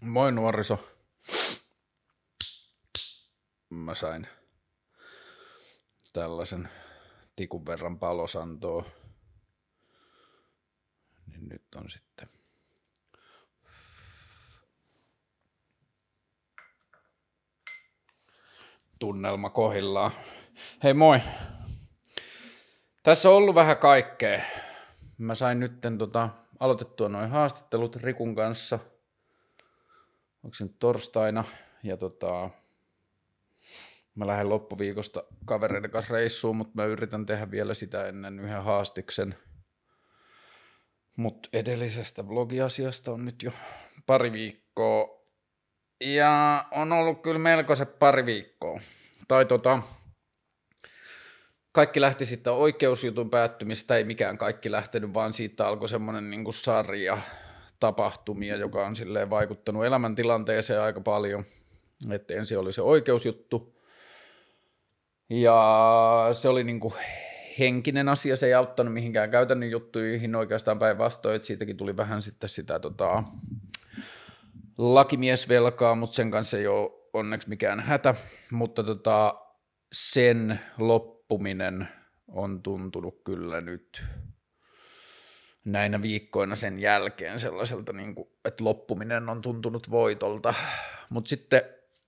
Moi nuoriso. Mä sain tällaisen tikun verran palosantoa. Niin nyt on sitten tunnelma kohillaan. Hei moi. Tässä on ollut vähän kaikkea. Mä sain nytten aloitettua noin haastattelut Rikun kanssa. Onko se nyt torstaina? Ja mä lähden loppuviikosta kavereiden kanssa reissuun, mutta mä yritän tehdä vielä sitä ennen yhden haastiksen. Mut edellisestä vlogiasiasta on nyt jo pari viikkoa. Ja on ollut kyllä melkoiset pari viikkoa. Tai kaikki lähti sitten oikeusjutun päättymistä, ei mikään kaikki lähtenyt, vaan siitä alkoi semmoinen niinku sarja tapahtumia, joka on silleen vaikuttanut elämäntilanteeseen aika paljon. Että ensin oli se oikeusjuttu, ja se oli niinku henkinen asia, se ei auttanut mihinkään käytännön juttuihin oikeastaan päinvastoin, että siitäkin tuli vähän sitten sitä lakimiesvelkaa, mutta sen kanssa ei ole onneksi mikään hätä, mutta sen loppuminen on tuntunut kyllä nyt näinä viikkoina sen jälkeen sellaiselta, niin kuin, että loppuminen on tuntunut voitolta, mutta sitten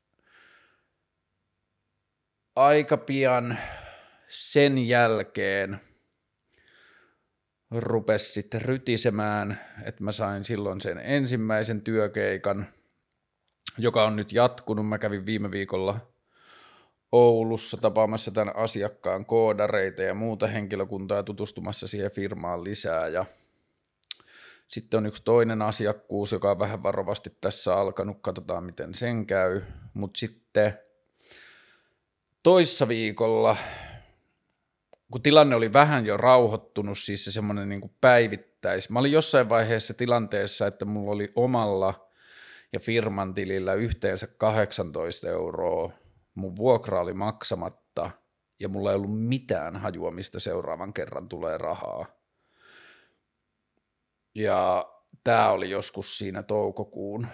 aika pian sen jälkeen rupesi sitten rytisemään, että mä sain silloin sen ensimmäisen työkeikan, joka on nyt jatkunut. Mä kävin viime viikolla Oulussa tapaamassa tämän asiakkaan koodareita ja muuta henkilökuntaa tutustumassa siihen firmaan lisää. Ja sitten on yksi toinen asiakkuus, joka on vähän varovasti tässä alkanut. Katsotaan, miten sen käy. Mutta sitten toissa viikolla, kun tilanne oli vähän jo rauhoittunut, siis se semmoinen niin kuin päivittäis. Mä olin jossain vaiheessa tilanteessa, että mulla oli omalla ja firman tilillä yhteensä 18 €. Mun vuokra oli maksamatta ja mulla ei ollut mitään hajua, mistä seuraavan kerran tulee rahaa. Ja tää oli joskus siinä toukokuun.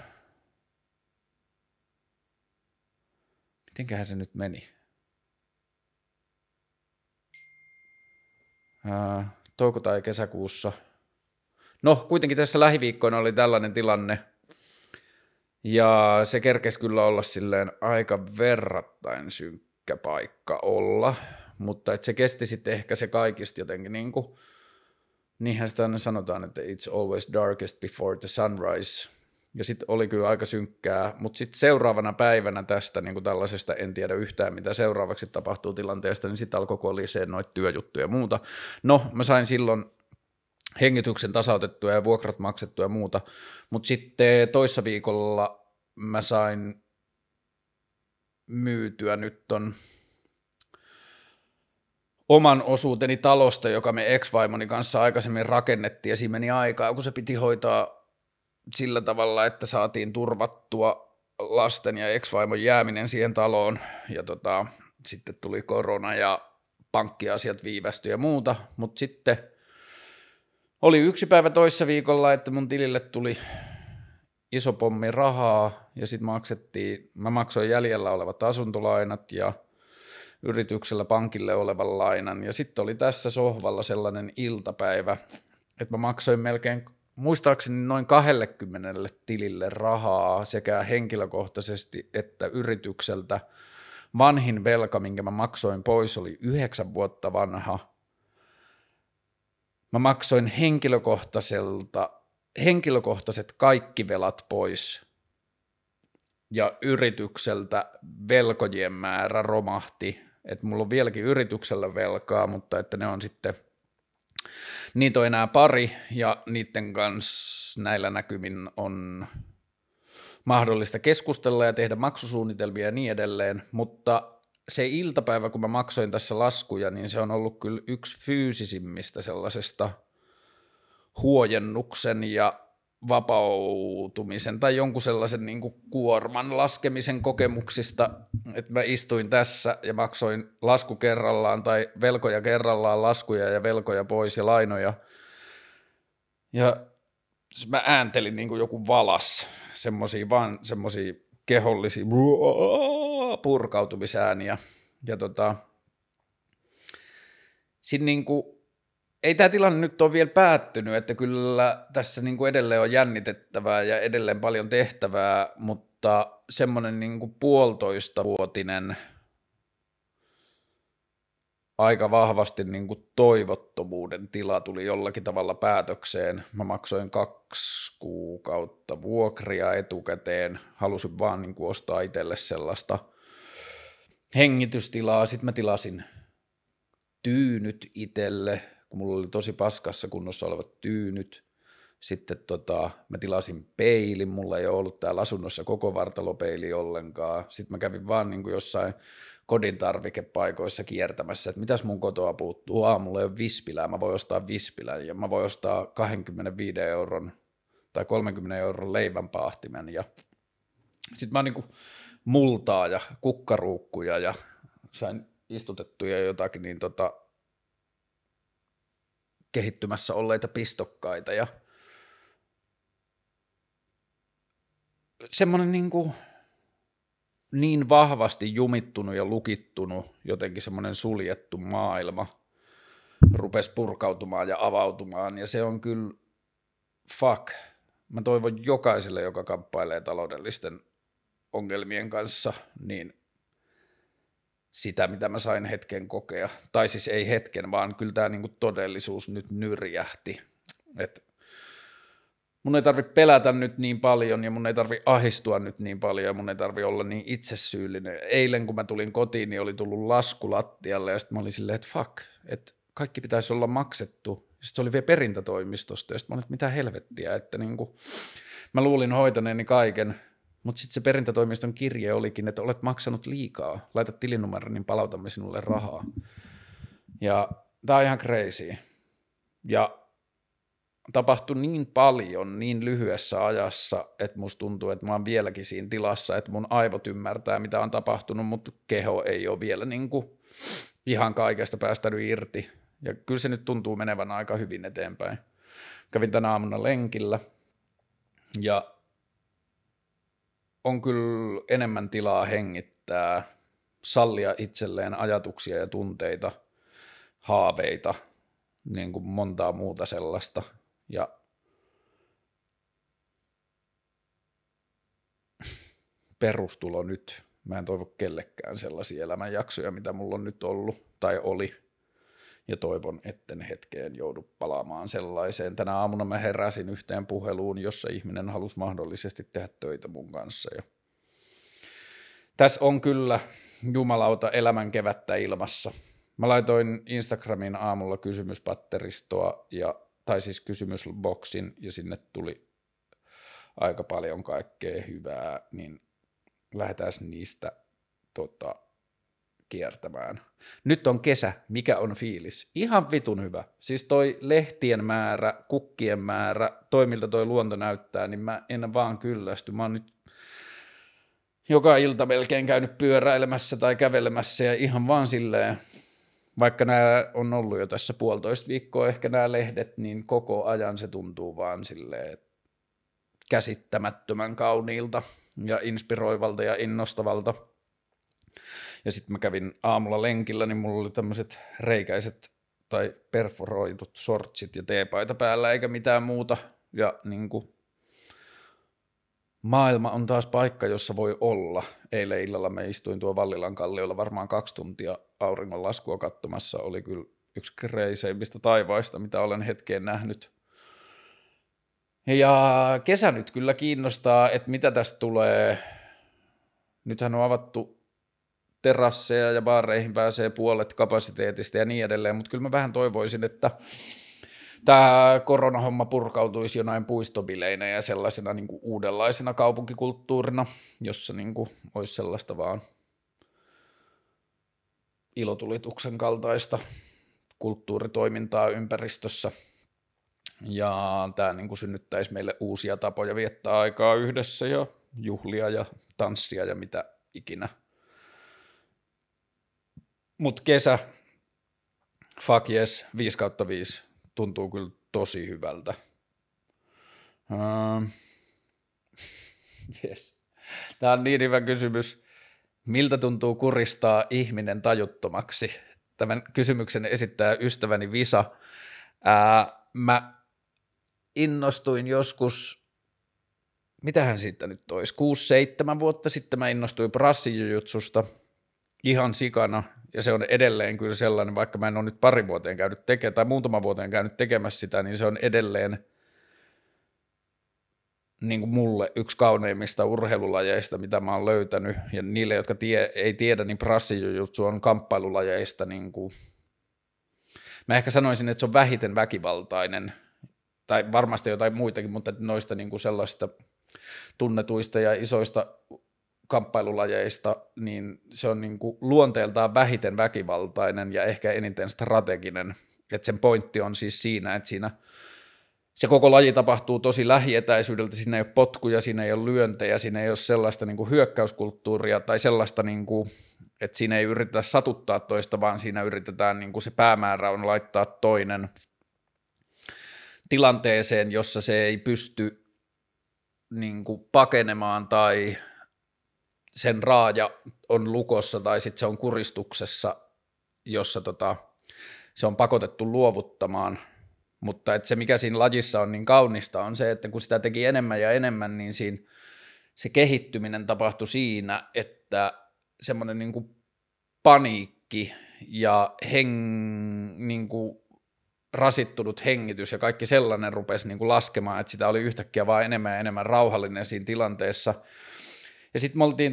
Mitenköhän se nyt meni? Touko- tai kesäkuussa. No, kuitenkin tässä lähiviikkoina oli tällainen tilanne, ja se kerkesi kyllä olla silleen aika verrattain synkkä paikka olla, mutta et se kesti sitten ehkä se kaikista jotenkin niin kuin, niinhän sitä aina sanotaan, että it's always darkest before the sunrise, ja sitten oli kyllä aika synkkää, mutta sitten seuraavana päivänä tästä niin kuin tällaisesta en tiedä yhtään mitä seuraavaksi tapahtuu tilanteesta, niin sitten alkoi kolisee noita työjuttuja ja muuta. No, mä sain silloin hengityksen tasautettua ja vuokrat maksettua ja muuta, mutta sitten toissa viikolla mä sain myytyä nyt ton oman osuuteni talosta, joka me ex-vaimoni kanssa aikaisemmin rakennettiin, ja siinä meni aikaa, kun se piti hoitaa sillä tavalla, että saatiin turvattua lasten ja ex-vaimon jääminen siihen taloon, ja sitten tuli korona ja pankkiasiat viivästyi ja muuta, mutta sitten oli yksi päivä toissa viikolla, että mun tilille tuli iso pommi rahaa, ja sitten mä maksoin jäljellä olevat asuntolainat ja yrityksellä pankille olevan lainan, ja sitten oli tässä sohvalla sellainen iltapäivä, että mä maksoin melkein muistaakseni noin 20 tilille rahaa sekä henkilökohtaisesti että yritykseltä. Vanhin velka, minkä mä maksoin pois, oli 9 vuotta vanha. Mä maksoin henkilökohtaiset kaikki velat pois, ja yritykseltä velkojien määrä romahti, että mulla on vieläkin yrityksellä velkaa, mutta että ne on sitten, niitä on enää pari, ja niiden kanssa näillä näkymin on mahdollista keskustella ja tehdä maksusuunnitelmia ja niin edelleen, mutta se iltapäivä, kun mä maksoin tässä laskuja, niin se on ollut kyllä yksi fyysisimmistä sellaisesta huojennuksen ja vapautumisen tai jonkun sellaisen niin kuin kuorman laskemisen kokemuksista, että mä istuin tässä ja maksoin lasku kerrallaan tai velkoja kerrallaan, laskuja ja velkoja pois ja lainoja, ja mä ääntelin niin kuin joku valas, semmosia kehollisia purkautumisääniä. Ja siinä niin kuin, ei tämä tilanne nyt ole vielä päättynyt, että kyllä tässä niin kuin edelleen on jännitettävää ja edelleen paljon tehtävää, mutta semmoinen niin kuin 1,5-vuotinen aika vahvasti niin kuin toivottomuuden tila tuli jollakin tavalla päätökseen. Mä maksoin 2 kuukautta vuokria etukäteen, halusin vaan niin kuin ostaa itselle sellaista hengitystilaa. Sitten mä tilasin tyynyt itselle, kun mulla oli tosi paskassa kunnossa olevat tyynyt. Sitten mä tilasin peilin, mulla ei ole ollut täällä asunnossa koko vartalopeili ollenkaan. Sitten mä kävin vaan niin kuin jossain kodin tarvikepaikoissa kiertämässä, että mitäs mun kotoa puuttuu. Mulla ei ole vispilää, mä voin ostaa vispilän ja mä voin ostaa 25 € tai 30 € leivänpaahtimen. Ja sitten mä oon niin kuin multaa ja kukkaruukkuja ja sain istutettuja jotakin niin kehittymässä olleita pistokkaita ja semmoinen niin vahvasti jumittunut ja lukittunut jotenkin semmoinen suljettu maailma rupesi purkautumaan ja avautumaan ja se on kyllä fuck. Mä toivon jokaiselle, joka kamppailee taloudellisten ongelmien kanssa, niin sitä, mitä mä sain hetken kokea. Tai siis ei hetken, vaan kyllä tämä niinku todellisuus nyt nyrjähti. Et mun ei tarvitse pelätä nyt niin paljon ja mun ei tarvitse ahistua nyt niin paljon ja mun ei tarvitse olla niin itsesyyllinen. Eilen kun mä tulin kotiin, niin oli tullut lasku lattialle ja sitten mä olin silleen, että fuck, että kaikki pitäisi olla maksettu. Sitten se oli vielä perintätoimistosta ja sitten mä olin, että mitä helvettiä, että niinku, mä luulin hoitaneeni kaiken. Mutta sitten se perintätoimiston kirje olikin, että olet maksanut liikaa, laita tilinumero, niin palautamme sinulle rahaa. Ja tämä on ihan crazy. Ja tapahtui niin paljon niin lyhyessä ajassa, että musta tuntuu, että mä oon vieläkin siinä tilassa, että mun aivot ymmärtää, mitä on tapahtunut, mutta keho ei ole vielä niinku ihan kaikesta päästänyt irti. Ja kyllä se nyt tuntuu menevän aika hyvin eteenpäin. Kävin tänä aamuna lenkillä ja on kyllä enemmän tilaa hengittää, sallia itselleen ajatuksia ja tunteita, haaveita, niin kuin montaa muuta sellaista. Ja perustulo nyt. Mä en toivo kellekään sellaisia elämänjaksoja, mitä mulla on nyt ollut tai oli. Ja toivon, etten hetkeen joudu palaamaan sellaiseen. Tänä aamuna mä heräsin yhteen puheluun, jossa ihminen halusi mahdollisesti tehdä töitä mun kanssa. Ja tässä on kyllä jumalauta elämän kevättä ilmassa. Mä laitoin Instagramiin aamulla kysymyspatteristoa, tai siis kysymysboksin, ja sinne tuli aika paljon kaikkea hyvää, niin lähdetään niistä kiertämään. Nyt on kesä, mikä on fiilis? Ihan vitun hyvä. Siis toi lehtien määrä, kukkien määrä, toi miltä toi luonto näyttää, niin mä en vaan kyllästy. Mä oon nyt joka ilta melkein käynyt pyöräilemässä tai kävelemässä ja ihan vaan silleen, vaikka nämä on ollut jo tässä 1,5 viikkoa ehkä nämä lehdet, niin koko ajan se tuntuu vaan silleen käsittämättömän kauniilta ja inspiroivalta ja innostavalta. Ja sitten mä kävin aamulla lenkillä, niin mulla oli tämmöiset reikäiset tai perforoidut sortsit ja teepaita päällä eikä mitään muuta. Ja niinku maailma on taas paikka, jossa voi olla. Eilen illalla me istuin tuo Vallilan kalliolla varmaan 2 tuntia auringonlaskua katsomassa. Oli kyllä yksi kreiseimmistä taivaista, mitä olen hetkeen nähnyt. Ja kesä nyt kyllä kiinnostaa, että mitä tästä tulee. Nythän on avattu terasseja ja baareihin pääsee puolet kapasiteetista ja niin edelleen, mutta kyllä mä vähän toivoisin, että tämä koronahomma purkautuisi jonain puistobileinä ja sellaisena niin kuin uudenlaisena kaupunkikulttuurina, jossa niin kuin olisi sellaista vaan ilotulituksen kaltaista kulttuuritoimintaa ympäristössä. Ja tämä niin kuin synnyttäisi meille uusia tapoja viettää aikaa yhdessä ja juhlia ja tanssia ja mitä ikinä. Mut kesä, fuck yes, 5/5, tuntuu kyllä tosi hyvältä. Yes. Tämä on niin hyvä kysymys. Miltä tuntuu kuristaa ihminen tajuttomaksi? Tämän kysymyksen esittää ystäväni Visa. Mä innostuin joskus, mitähän siitä nyt olisi, 6-7 vuotta sitten mä innostuin brassijujutsusta ihan sikana, ja se on edelleen kyllä sellainen, vaikka mä en ole nyt muutama vuoteen käynyt tekemässä sitä, niin se on edelleen niin kuin mulle yksi kauneimmista urheilulajeista, mitä mä oon löytänyt, ja niille, jotka ei tiedä, niin brassijujutsu on kamppailulajeista, niin kuin, mä ehkä sanoisin, että se on vähiten väkivaltainen, tai varmasti jotain muitakin, mutta noista niin kuin sellaista tunnetuista ja isoista kamppailulajeista, niin se on niin kuin luonteeltaan vähiten väkivaltainen ja ehkä eniten strateginen, että sen pointti on siis siinä, että siinä se koko laji tapahtuu tosi lähietäisyydeltä, siinä ei ole potkuja, siinä ei ole lyöntejä, siinä ei ole sellaista niin kuin hyökkäyskulttuuria tai sellaista, niin kuin, että siinä ei yritetä satuttaa toista, vaan siinä yritetään, niin kuin se päämäärä on laittaa toinen tilanteeseen, jossa se ei pysty niin kuin pakenemaan tai sen raaja on lukossa tai sitten se on kuristuksessa, jossa se on pakotettu luovuttamaan. Mutta että se, mikä siinä lajissa on niin kaunista, on se, että kun sitä teki enemmän ja enemmän, niin siinä se kehittyminen tapahtui siinä, että semmoinen niin kuin paniikki ja niin kuin rasittunut hengitys ja kaikki sellainen rupesi niin kuin laskemaan, että sitä oli yhtäkkiä vaan enemmän ja enemmän rauhallinen siinä tilanteessa. Ja sitten me oltiin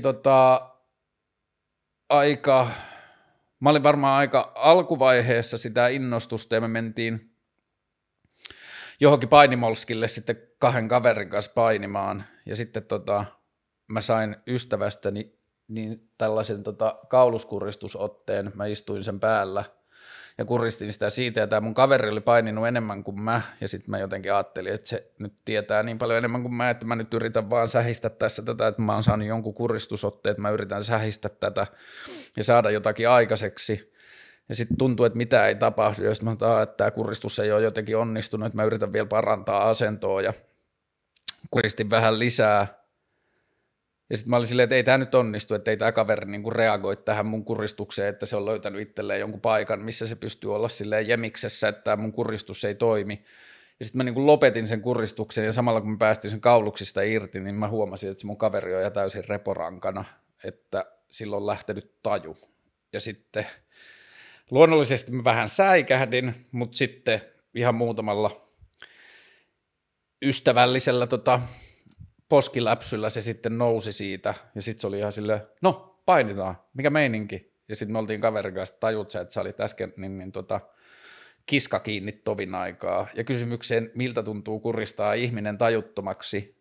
mä olin varmaan aika alkuvaiheessa sitä innostusta ja me mentiin johonkin painimolskille sitten 2 kaverin kanssa painimaan ja sitten mä sain ystävästäni niin tällaisen kauluskuristusotteen, mä istuin sen päällä ja kuristin sitä siitä ja tämä mun kaveri oli paininut enemmän kuin mä ja sitten mä jotenkin ajattelin, että se nyt tietää niin paljon enemmän kuin mä, että mä nyt yritän vaan sähistä tässä tätä, että mä oon saanut jonkun kuristusotteen, että mä yritän sähistä tätä ja saada jotakin aikaiseksi. Ja sitten tuntuu, että mitä ei tapahdu, ja sitten mä sanoin, että tämä kuristus ei ole jotenkin onnistunut, että mä yritän vielä parantaa asentoa, ja kuristin vähän lisää. Ja sitten mä olin silleen, että ei tämä nyt onnistu, että ei tämä kaveri niinku reagoi tähän mun kuristukseen, että se on löytänyt itselleen jonkun paikan, missä se pystyy olla silleen jemiksessä, että tämä mun kuristus ei toimi. Ja sitten mä niinku lopetin sen kuristuksen, ja samalla kun mä päästin sen kauluksista irti, niin mä huomasin, että se mun kaveri on ihan täysin reporankana, että sillä on lähtenyt taju. Ja sitten luonnollisesti mä vähän säikähdin, mutta sitten ihan muutamalla ystävällisellä poskiläpsyllä se sitten nousi siitä, ja sitten se oli ihan silleen, no painitaan, mikä meininki? Ja sitten me oltiin kaverin kanssa, tajut sä, että sä olit äsken kiska kiinni tovin aikaa. Ja kysymykseen, miltä tuntuu kuristaa ihminen tajuttomaksi?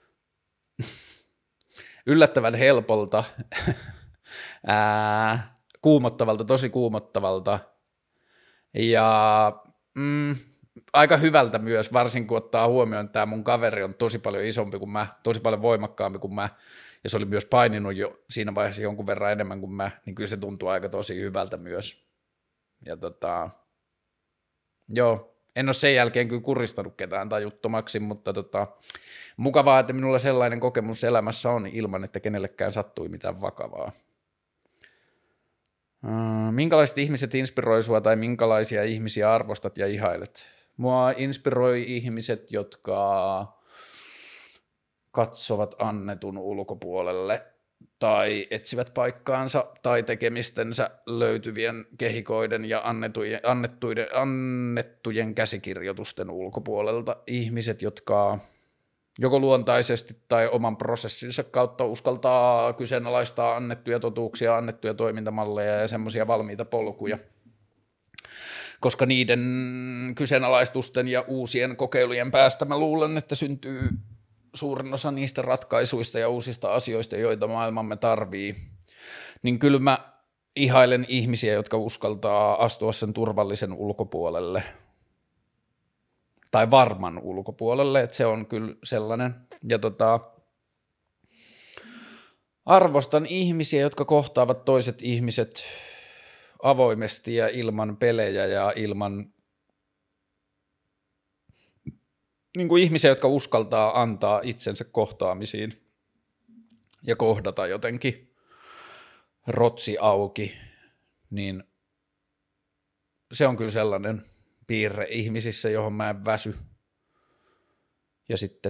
Yllättävän helpolta. Kuumottavalta, tosi kuumottavalta ja aika hyvältä myös, varsinkin kun ottaa huomioon, että tämä mun kaveri on tosi paljon isompi kuin mä, tosi paljon voimakkaampi kuin mä, ja se oli myös paininut jo siinä vaiheessa jonkun verran enemmän kuin mä, niin kyllä se tuntuu aika tosi hyvältä myös. Ja joo, en ole sen jälkeen kyllä kuristanut ketään tajuttomaksi, mutta mukavaa, että minulla sellainen kokemus elämässä on ilman, että kenellekään sattui mitään vakavaa. Minkälaiset ihmiset inspiroi sua tai minkälaisia ihmisiä arvostat ja ihailet? Mua inspiroi ihmiset, jotka katsovat annetun ulkopuolelle tai etsivät paikkaansa tai tekemistensä löytyvien kehikoiden ja annettujen käsikirjoitusten ulkopuolelta. Ihmiset, jotka joko luontaisesti tai oman prosessinsa kautta uskaltaa kyseenalaistaa annettuja totuuksia, annettuja toimintamalleja ja semmoisia valmiita polkuja, koska niiden kyseenalaistusten ja uusien kokeilujen päästä mä luulen, että syntyy suurin osa niistä ratkaisuista ja uusista asioista, joita maailmamme tarvii, niin kyllä mä ihailen ihmisiä, jotka uskaltaa astua sen turvallisen ulkopuolelle, tai varman ulkopuolelle, että se on kyllä sellainen. Ja arvostan ihmisiä, jotka kohtaavat toiset ihmiset avoimesti ja ilman pelejä ja ilman niin kuin ihmisiä, jotka uskaltaa antaa itsensä kohtaamisiin ja kohdata jotenkin rotsi auki, niin se on kyllä sellainen piirre ihmisissä, johon mä en väsy. Ja sitten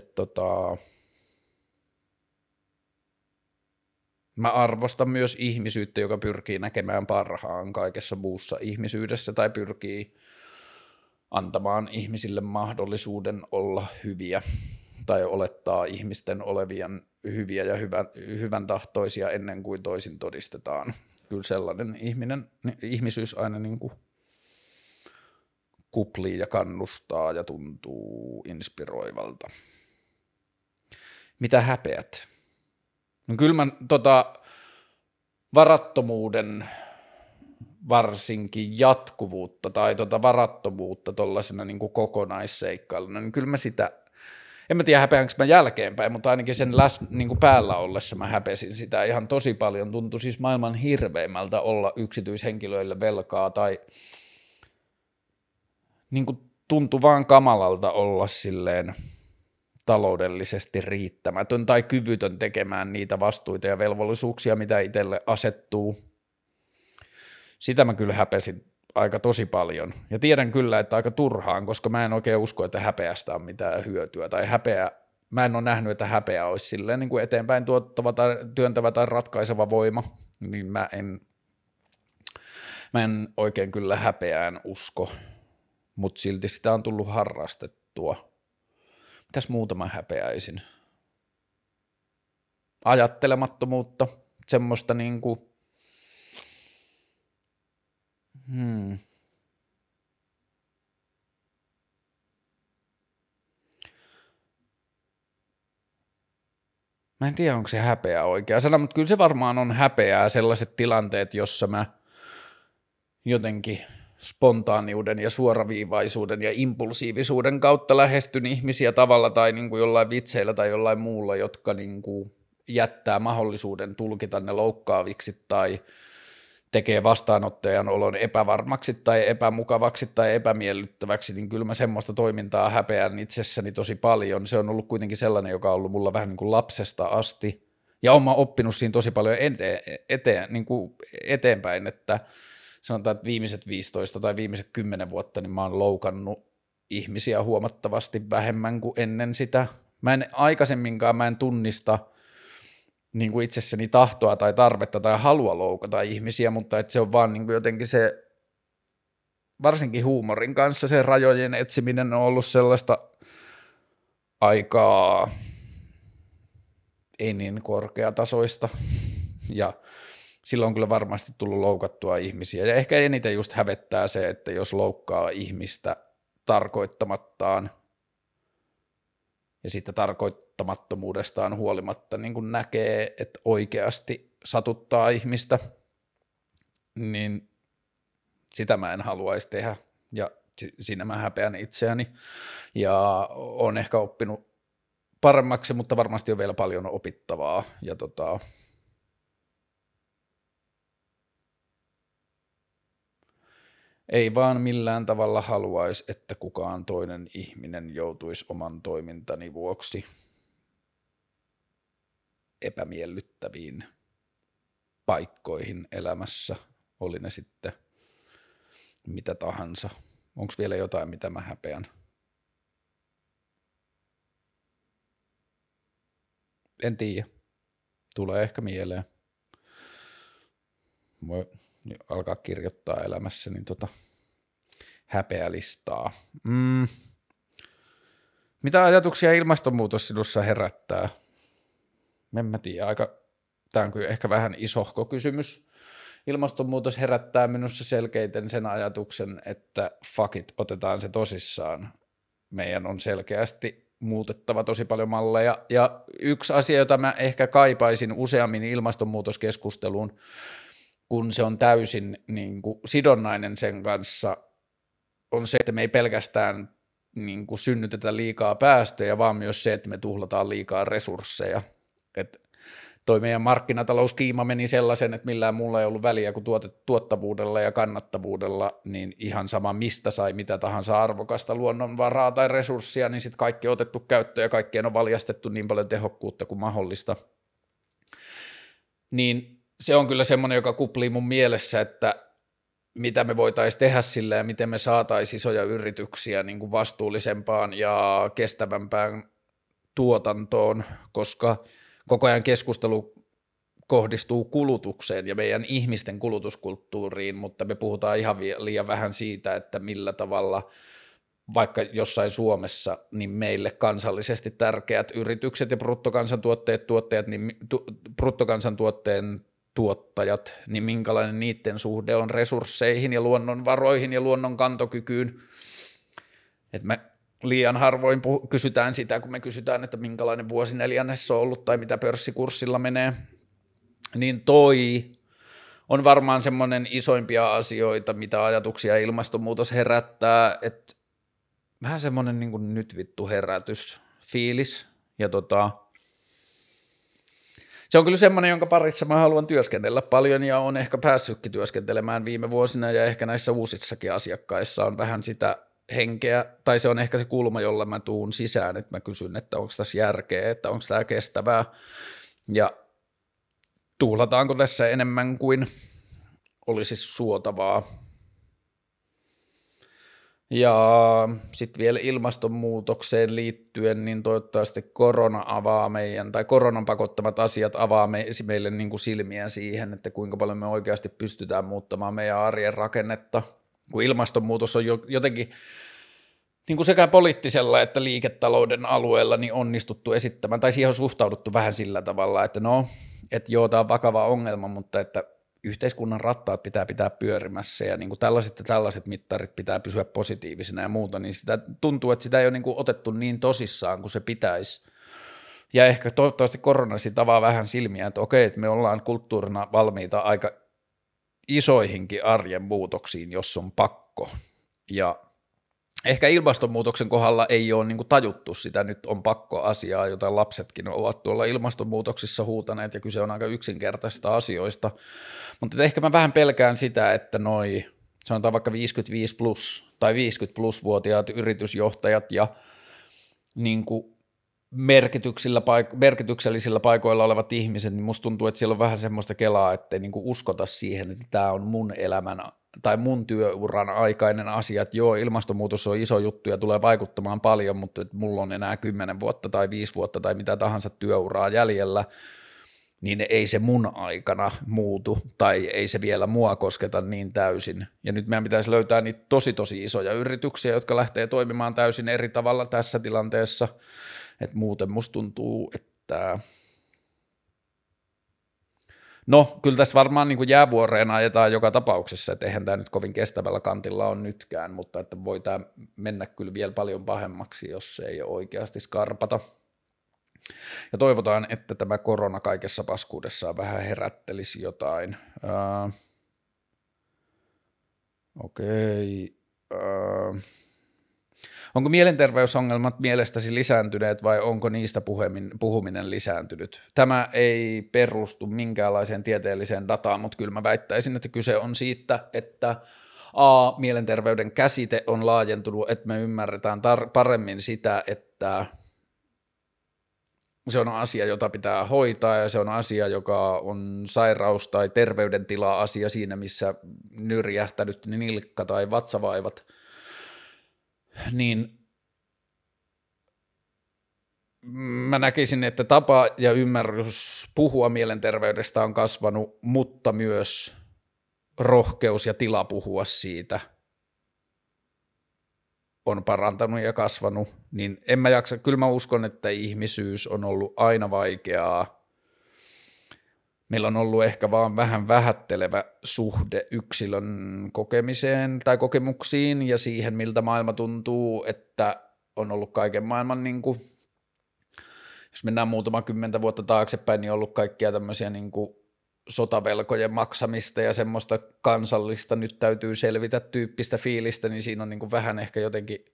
mä arvostan myös ihmisyyttä, joka pyrkii näkemään parhaan kaikessa muussa ihmisyydessä tai pyrkii antamaan ihmisille mahdollisuuden olla hyviä tai olettaa ihmisten olevien hyviä ja hyvän tahtoisia ennen kuin toisin todistetaan. Kyllä sellainen ihmisyys aina niin kuin kuplii ja kannustaa ja tuntuu inspiroivalta. Mitä häpeät? No kyllä mä varattomuuden varsinkin jatkuvuutta tai varattomuutta tuollaisena niin kuin kokonaisseikkailuna, niin kyllä mä sitä, en mä tiedä häpeänkö mä jälkeenpäin, mutta ainakin sen niin kuin päällä ollessa mä häpesin sitä ihan tosi paljon. Tuntui siis maailman hirveimmältä olla yksityishenkilöille velkaa tai niin kuin tuntui vaan kamalalta olla silleen taloudellisesti riittämätön tai kyvytön tekemään niitä vastuita ja velvollisuuksia, mitä itselle asettuu. Sitä mä kyllä häpesin aika tosi paljon. Ja tiedän kyllä, että aika turhaan, koska mä en oikein usko, että häpeästä on mitään hyötyä. Tai mä en ole nähnyt, että häpeä olisi silleen niin kuin eteenpäin tuottava tai työntävä tai ratkaiseva voima. Niin mä en oikein kyllä häpeään usko, mutta silti sitä on tullut harrastettua. Mitäs muuta mä häpeäisin? Ajattelemattomuutta, semmoista niinku, Mä en tiedä, onko se häpeä oikea sana, mutta kyllä se varmaan on häpeää sellaiset tilanteet, jossa mä jotenkin spontaaniuden ja suoraviivaisuuden ja impulsiivisuuden kautta lähestyn ihmisiä tavalla tai niin kuin jollain vitseillä tai jollain muulla, jotka niin kuin jättää mahdollisuuden tulkita ne loukkaaviksi tai tekee vastaanottajan olon epävarmaksi tai epämukavaksi tai epämiellyttäväksi, niin kyllä mä semmoista toimintaa häpeän itsessäni tosi paljon. Se on ollut kuitenkin sellainen, joka on ollut mulla vähän niin kuin lapsesta asti ja olen oppinut siinä tosi paljon niin kuin eteenpäin, että sanotaan, että viimeiset 15 tai viimeiset 10 vuotta niin mä oon loukannut ihmisiä huomattavasti vähemmän kuin ennen sitä. Mä en tunnista niin kuin itsessäni tahtoa tai tarvetta tai halua loukata ihmisiä, mutta että se on vaan niin kuin jotenkin se, varsinkin huumorin kanssa se rajojen etsiminen on ollut sellaista aikaa ei niin korkeatasoista ja silloin on kyllä varmasti tullut loukattua ihmisiä ja ehkä eniten just hävettää se, että jos loukkaa ihmistä tarkoittamattaan ja sitten tarkoittamattomuudestaan huolimatta niin kun näkee, että oikeasti satuttaa ihmistä, niin sitä mä en haluaisi tehdä ja siinä mä häpeän itseäni ja on ehkä oppinut paremmaksi, mutta varmasti on vielä paljon opittavaa ja ei vaan millään tavalla haluaisi, että kukaan toinen ihminen joutuisi oman toimintani vuoksi epämiellyttäviin paikkoihin elämässä, oli ne sitten mitä tahansa. Onko vielä jotain, mitä mä häpeän? En tiedä. Tulee ehkä mieleen. Voi alkaa kirjoittaa elämässä niin häpeälistaa. Mitä ajatuksia ilmastonmuutos sinussa herättää? En mä tiedä, tämä on kyllä ehkä vähän isohko kysymys. Ilmastonmuutos herättää minussa selkeiten sen ajatuksen, että fuck it, otetaan se tosissaan. Meidän on selkeästi muutettava tosi paljon malleja. Ja yksi asia, jota mä ehkä kaipaisin useammin ilmastonmuutoskeskusteluun, kun se on täysin niin kuin sidonnainen sen kanssa, on se, että me ei pelkästään niin kuin synnytetä liikaa päästöjä, vaan myös se, että me tuhlataan liikaa resursseja. Et toi meidän markkinatalouskiima meni sellaisen, että millään mulla ei ollut väliä kuin tuottavuudella ja kannattavuudella, niin ihan sama mistä sai mitä tahansa arvokasta luonnonvaraa tai resurssia, niin sitten kaikki on otettu käyttöön ja kaikkeen on valjastettu niin paljon tehokkuutta kuin mahdollista. Niin se on kyllä semmoinen, joka kuplii mun mielessä, että mitä me voitaisiin tehdä sillä ja miten me saataisiin isoja yrityksiä niin kuin vastuullisempaan ja kestävämpään tuotantoon, koska koko ajan keskustelu kohdistuu kulutukseen ja meidän ihmisten kulutuskulttuuriin, mutta me puhutaan ihan liian vähän siitä, että millä tavalla vaikka jossain Suomessa, niin meille kansallisesti tärkeät yritykset ja bruttokansantuotteen tuottajat, niin minkälainen niiden suhde on resursseihin ja luonnonvaroihin ja luonnon kantokykyyn. Et me liian harvoin kysytään sitä, kun me kysytään, että minkälainen vuosineljännes on ollut tai mitä pörssikurssilla menee, niin toi on varmaan semmoinen isoimpia asioita, mitä ajatuksia ilmastonmuutos herättää, että vähän semmoinen niin kuin nyt vittu herätys fiilis ja se on kyllä semmoinen, jonka parissa mä haluan työskennellä paljon ja on ehkä päässytkin työskentelemään viime vuosina ja ehkä näissä uusissakin asiakkaissa on vähän sitä henkeä, tai se on ehkä se kulma, jolla mä tuun sisään, että mä kysyn, että onko tässä järkeä, että onko tämä kestävää ja tuhlataanko tässä enemmän kuin olisi suotavaa. Ja sitten vielä ilmastonmuutokseen liittyen, niin toivottavasti korona avaa tai koronan pakottamat asiat avaa meille niin kuin silmiä siihen, että kuinka paljon me oikeasti pystytään muuttamaan meidän arjen rakennetta, kun ilmastonmuutos on jotenkin niin kuin sekä poliittisella että liiketalouden alueella niin onnistuttu esittämään, tai siihen on suhtauduttu vähän sillä tavalla, että no, että joo, tämä on vakava ongelma, mutta että yhteiskunnan rattaat pitää pitää pyörimässä ja niin kuin tällaiset mittarit pitää pysyä positiivisena ja muuta, niin sitä tuntuu, että sitä ei ole niin kuin otettu niin tosissaan kuin se pitäisi. Ja ehkä toivottavasti korona siitä avaa vähän silmiä, että okei, että me ollaan kulttuurina valmiita aika isoihinkin arjen muutoksiin, jos on pakko. Ja ehkä ilmastonmuutoksen kohdalla ei ole niin kuin tajuttu sitä, nyt on pakko asiaa, jota lapsetkin ovat tuolla ilmastonmuutoksissa huutaneet, ja kyse on aika yksinkertaisista asioista. Mutta ehkä mä vähän pelkään sitä, että sanotaan vaikka 55 plus tai 50 plus vuotiaat yritysjohtajat ja niin kuin merkityksellisillä paikoilla olevat ihmiset, niin musta tuntuu, että siellä on vähän semmoista kelaa, ettei niin kuin uskota siihen, että tämä on mun elämän tai mun työuran aikainen asia, että joo, ilmastonmuutos on iso juttu ja tulee vaikuttamaan paljon, mutta että mulla on enää 10 vuotta tai 5 vuotta tai mitä tahansa työuraa jäljellä, niin ei se mun aikana muutu tai ei se vielä mua kosketa niin täysin. Ja nyt meidän pitäisi löytää niitä tosi isoja yrityksiä, jotka lähtee toimimaan täysin eri tavalla tässä tilanteessa, että muuten musta tuntuu, että no, kyllä tässä varmaan niin kuin jäävuoreen ajetaan joka tapauksessa, että eihän tämä nyt kovin kestävällä kantilla on nytkään, mutta että voi tämä mennä kyllä vielä paljon pahemmaksi, jos se ei oikeasti skarpata. Ja toivotaan, että tämä korona kaikessa paskuudessaan vähän herättelisi jotain. Okei. Onko mielenterveysongelmat mielestäsi lisääntyneet vai onko niistä puhuminen lisääntynyt? Tämä ei perustu minkäänlaiseen tieteelliseen dataan, mutta kyllä mä väittäisin, että kyse on siitä, että mielenterveyden käsite on laajentunut, että me ymmärretään paremmin sitä, että se on asia, jota pitää hoitaa ja se on asia, joka on sairaus tai terveydentila-asia siinä, missä nyrjähtänyt nilkka tai vatsavaivat, niin mä näkisin, että tapa ja ymmärrys puhua mielenterveydestä on kasvanut, mutta myös rohkeus ja tila puhua siitä on parantanut ja kasvanut, niin en mä jaksa, kyllä mä uskon, että ihmisyys on ollut aina vaikeaa. Meillä on ollut ehkä vaan vähän vähättelevä suhde yksilön kokemiseen tai kokemuksiin ja siihen, miltä maailma tuntuu, että on ollut kaiken maailman, niin kuin, jos mennään muutama 10 vuotta taaksepäin, niin on ollut kaikkia tämmöisiä niin kuin sotavelkojen maksamista ja semmoista kansallista nyt täytyy selvitä tyyppistä fiilistä, niin siinä on niin kuin vähän ehkä jotenkin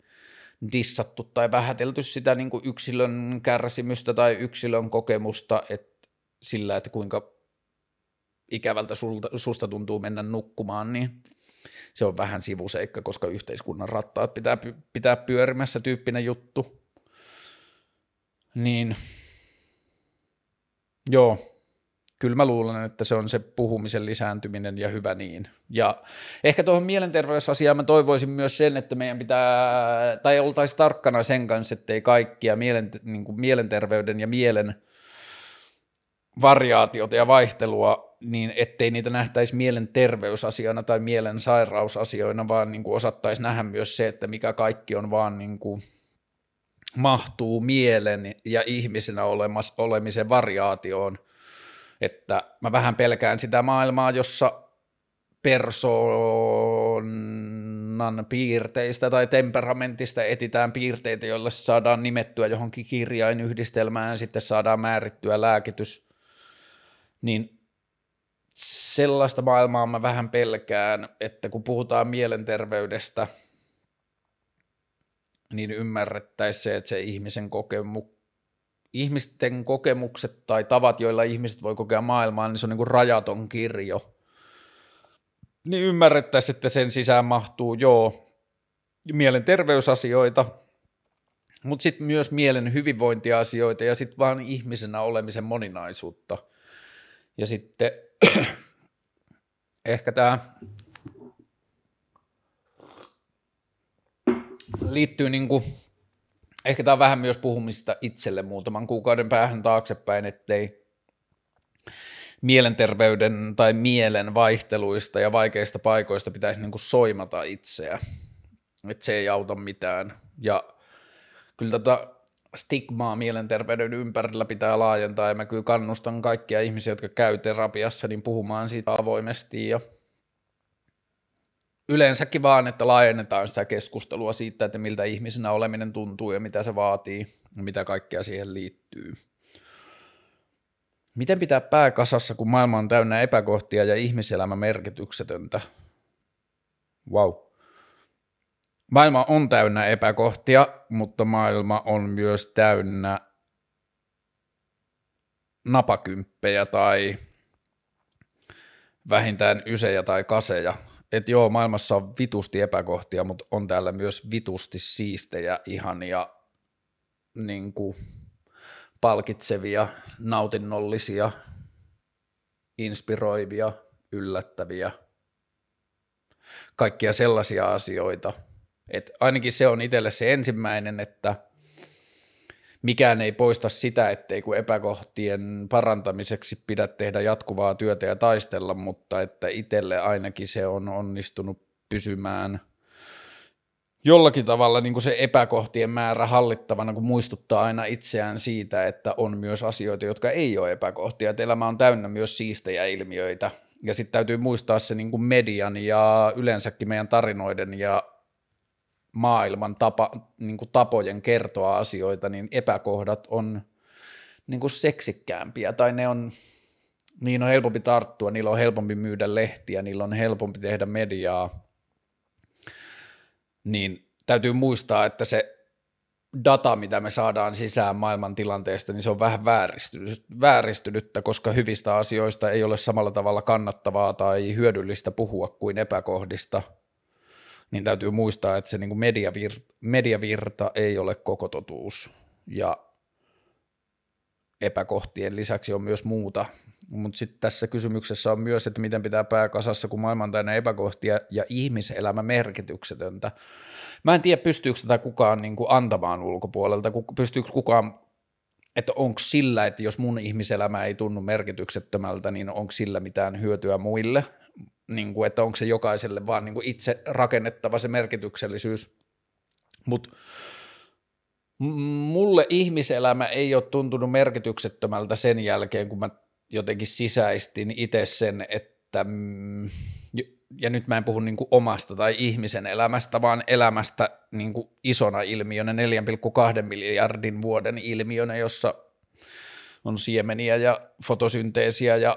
dissattu tai vähätelty sitä niin kuin yksilön kärsimystä tai yksilön kokemusta, että sillä, että kuinka ikävältä susta tuntuu mennä nukkumaan, niin se on vähän sivuseikka, koska yhteiskunnan rattaat pitää pyörimässä tyyppinen juttu. Niin, joo, kyllä mä luulen, että se on se puhumisen lisääntyminen ja hyvä niin. Ja ehkä tuohon mielenterveysasiaan mä toivoisin myös sen, että meidän pitää, tai oltaisiin tarkkana sen kanssa, ettei kaikkia niin kuin mielenterveyden ja mielen variaatiota ja vaihtelua, niin ettei niitä nähtäisi mielenterveysasiana tai mielensairausasioina, vaan niin kuin osattaisi nähdä myös se, että mikä kaikki on vaan niin kuin mahtuu mielen ja ihmisenä olemisen variaatioon, että mä vähän pelkään sitä maailmaa, jossa persoonan piirteistä tai temperamentista etsitään piirteitä, joilla saadaan nimettyä johonkin kirjainyhdistelmään ja sitten saadaan määrittyä lääkitys, niin sellaista maailmaa mä vähän pelkään, että kun puhutaan mielenterveydestä, niin ymmärrettäisiin se, että se ihmisten kokemukset tai tavat, joilla ihmiset voi kokea maailmaa, niin se on niin kuin rajaton kirjo. Niin ymmärrettäisiin, että sen sisään mahtuu mielenterveysasioita, mutta sitten myös mielen hyvinvointiasioita ja sitten vaan ihmisenä olemisen moninaisuutta. Ja sitten ehkä tämä liittyy niinku, ehkä tämä on vähän myös puhumista itselle muutaman kuukauden päähän taaksepäin, ettei mielenterveyden tai mielen vaihteluista ja vaikeista paikoista pitäisi niinku soimata itseä, että se ei auta mitään. Ja kyllä stigmaa mielenterveyden ympärillä pitää laajentaa, ja mä kyllä kannustan kaikkia ihmisiä, jotka käy terapiassa, niin puhumaan siitä avoimesti ja yleensäkin vaan, että laajennetaan sitä keskustelua siitä, että miltä ihmisenä oleminen tuntuu ja mitä se vaatii ja mitä kaikkea siihen liittyy. Miten pitää pää kasassa, kun maailma on täynnä epäkohtia ja ihmiselämä merkityksetöntä? Vau. Wow. Maailma on täynnä epäkohtia, mutta maailma on myös täynnä napakymppejä tai vähintään ysejä tai kaseja. Että joo, maailmassa on vitusti epäkohtia, mutta on täällä myös vitusti siistejä, ihania, niin kuin palkitsevia, nautinnollisia, inspiroivia, yllättäviä, kaikkia sellaisia asioita. Et ainakin se on itselle se ensimmäinen, että mikään ei poista sitä, etteikö epäkohtien parantamiseksi pidä tehdä jatkuvaa työtä ja taistella, mutta että itselle ainakin se on onnistunut pysymään jollakin tavalla niin kuin se epäkohtien määrä hallittavana, kun muistuttaa aina itseään siitä, että on myös asioita, jotka ei ole epäkohtia, että elämä on täynnä myös siistejä ilmiöitä, ja sitten täytyy muistaa se niin kuin median ja yleensäkin meidän tarinoiden ja maailman niin kuin tapojen kertoa asioita, niin epäkohdat on niin kuin seksikkäämpiä, tai niin on helpompi tarttua, niillä on helpompi myydä lehtiä, niillä on helpompi tehdä mediaa, niin täytyy muistaa, että se data, mitä me saadaan sisään maailman tilanteesta, niin se on vähän vääristynyttä, koska hyvistä asioista ei ole samalla tavalla kannattavaa tai hyödyllistä puhua kuin epäkohdista, niin täytyy muistaa, että se niin kuin mediavirta ei ole koko totuus, ja epäkohtien lisäksi on myös muuta, mutta sitten tässä kysymyksessä on myös, että miten pitää pää kasassa, kun maailma on täynnä epäkohtia ja ihmiselämä merkityksetöntä. Mä en tiedä, pystyykö tätä kukaan niin kuin antamaan ulkopuolelta, pystyykö kukaan, että onko sillä, että jos mun ihmiselämä ei tunnu merkityksettömältä, niin onko sillä mitään hyötyä muille, niin kuin, että onko se jokaiselle vaan niin kuin itse rakennettava se merkityksellisyys, mutta mulle ihmiselämä ei ole tuntunut merkityksettömältä sen jälkeen, kun mä jotenkin sisäistin itse sen, että, ja nyt mä en puhu niin kuin omasta tai ihmisen elämästä, vaan elämästä niin kuin isona ilmiönä, 4,2 miljardin vuoden ilmiönä, jossa on siemeniä ja fotosynteesiä ja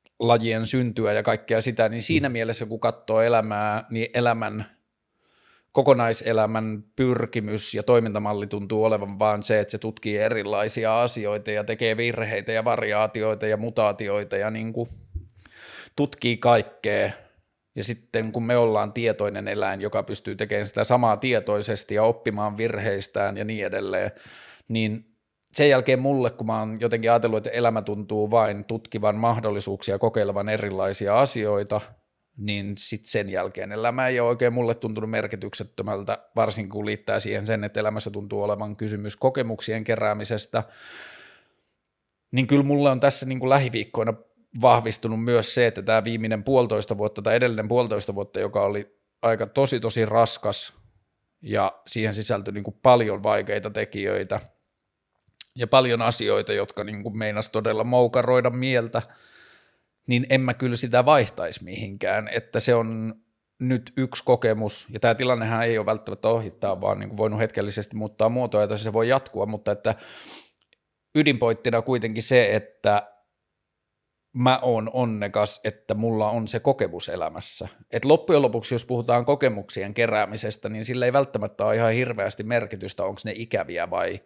lajien syntyä ja kaikkea sitä, niin siinä mielessä kun katsoo elämää, niin elämän kokonaiselämän pyrkimys ja toimintamalli tuntuu olevan vaan se, että se tutkii erilaisia asioita ja tekee virheitä ja variaatioita ja mutaatioita ja niin kuin tutkii kaikkea. Ja sitten kun me ollaan tietoinen eläin, joka pystyy tekemään sitä samaa tietoisesti ja oppimaan virheistään ja niin edelleen, niin sen jälkeen mulle, kun mä oon jotenkin ajatellut, että elämä tuntuu vain tutkivan mahdollisuuksia, kokeilevan erilaisia asioita, niin sitten sen jälkeen elämä ei ole oikein mulle tuntunut merkityksettömältä, varsinkin kun liittää siihen sen, että elämässä tuntuu olevan kysymys kokemuksien keräämisestä, niin kyllä mulle on tässä niin kuin lähiviikkoina vahvistunut myös se, että tämä viimeinen 1,5 vuotta tai edellinen 1,5 vuotta, joka oli aika tosi raskas ja siihen sisältyi niin kuin paljon vaikeita tekijöitä ja paljon asioita, jotka niin kuin meinas todella moukaroida mieltä, niin en mä kyllä sitä vaihtaisi mihinkään, että se on nyt yksi kokemus, ja tämä tilannehan ei ole välttämättä ohittaa, vaan niin kuin voinut hetkellisesti muuttaa muotoa, että se voi jatkua, mutta että ydinpointtina kuitenkin se, että mä oon onnekas, että mulla on se kokemus elämässä. Et loppujen lopuksi, jos puhutaan kokemuksien keräämisestä, niin sillä ei välttämättä ole ihan hirveästi merkitystä, onko ne ikäviä vai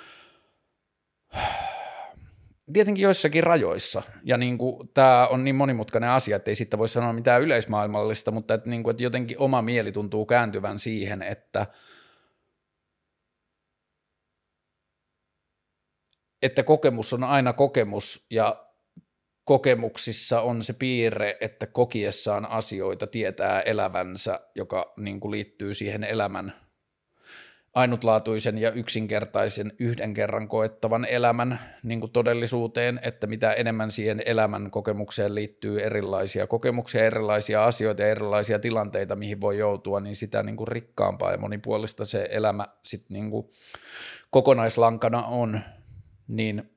tietenkin joissakin rajoissa. Ja niin kuin, tämä on niin monimutkainen asia, että ei siitä voi sanoa mitään yleismaailmallista, mutta että, niin kuin, että jotenkin oma mieli tuntuu kääntyvän siihen, että kokemus on aina kokemus ja kokemuksissa on se piirre, että kokiessaan asioita tietää elävänsä, joka niin kuin liittyy siihen elämän ainutlaatuisen ja yksinkertaisen yhden kerran koettavan elämän niin kuin todellisuuteen, että mitä enemmän siihen elämän kokemukseen liittyy erilaisia kokemuksia, erilaisia asioita ja erilaisia tilanteita, mihin voi joutua, niin sitä niin kuin rikkaampaa ja monipuolista se elämä sitten niin kuin kokonaislankana on, niin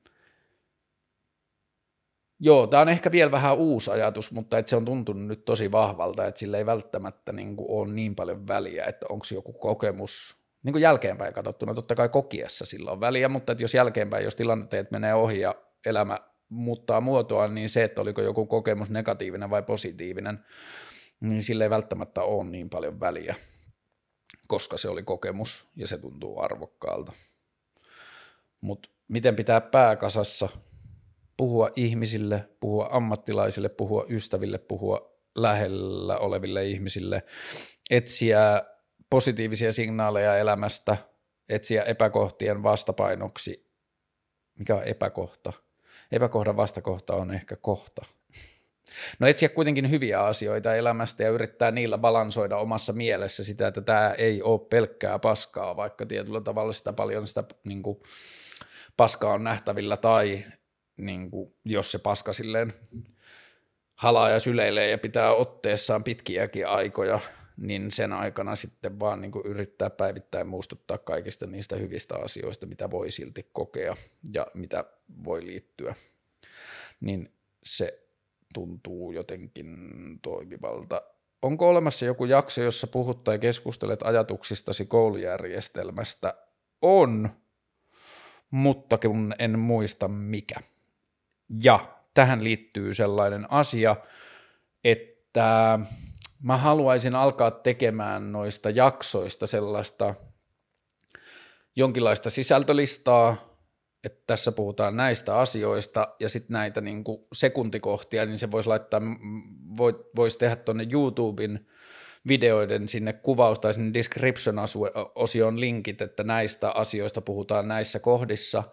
joo, tämä on ehkä vielä vähän uusi ajatus, mutta että se on tuntunut nyt tosi vahvalta, että sillä ei välttämättä niin kuin ole niin paljon väliä, että onko joku kokemus, niin kuin jälkeenpäin katsottuna, totta kai kokiessa sillä on väliä, mutta että jos jälkeenpäin, jos tilanteet menee ohi ja elämä muuttaa muotoa, niin se, että oliko joku kokemus negatiivinen vai positiivinen, niin sillä ei välttämättä ole niin paljon väliä, koska se oli kokemus ja se tuntuu arvokkaalta. Mutta miten pitää pää kasassa? Puhua ihmisille, puhua ammattilaisille, puhua ystäville, puhua lähellä oleville ihmisille, etsiä positiivisia signaaleja elämästä, etsiä epäkohtien vastapainoksi. Mikä on epäkohta? Epäkohdan vastakohta on ehkä kohta. No etsiä kuitenkin hyviä asioita elämästä ja yrittää niillä balansoida omassa mielessä sitä, että tämä ei ole pelkkää paskaa, vaikka tietyllä tavalla sitä paljon sitä niin kuin, paskaa on nähtävillä tai niin kuin, jos se paska silleen halaa ja syleilee ja pitää otteessaan pitkiäkin aikoja, niin sen aikana sitten vaan niin kuin yrittää päivittäin muistuttaa kaikista niistä hyvistä asioista, mitä voi silti kokea ja mitä voi liittyä, niin se tuntuu jotenkin toimivalta. Onko olemassa joku jakso, jossa puhut tai keskustelet ajatuksistasi koulujärjestelmästä? On, mutta kun en muista mikä. Ja tähän liittyy sellainen asia, että mä haluaisin alkaa tekemään noista jaksoista sellaista jonkinlaista sisältölistaa, että tässä puhutaan näistä asioista ja sitten näitä niin kuin sekuntikohtia, niin se voisi laittaa, voisi tehdä tuonne YouTuben videoiden sinne kuvaus tai sinne description-osioon linkit, että näistä asioista puhutaan näissä kohdissa.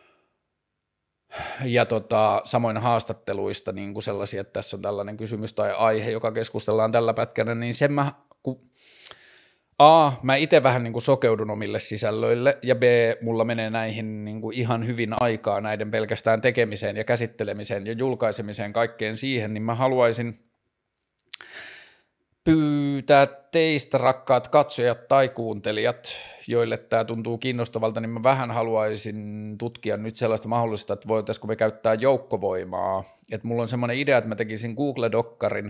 Ja samoin haastatteluista niin kuin sellaisia, että tässä on tällainen kysymys tai aihe, joka keskustellaan tällä pätkänä, niin sen mä itse vähän niin kuin sokeudun omille sisällöille, ja B, mulla menee näihin niin kuin ihan hyvin aikaa näiden pelkästään tekemiseen ja käsittelemiseen ja julkaisemiseen kaikkeen siihen, niin mä haluaisin pyytää teistä, rakkaat katsojat tai kuuntelijat, joille tämä tuntuu kiinnostavalta, niin mä vähän haluaisin tutkia nyt sellaista mahdollista, että voitaisiinko me käyttää joukkovoimaa. Että mulla on semmoinen idea, että mä tekisin Google-dokkarin,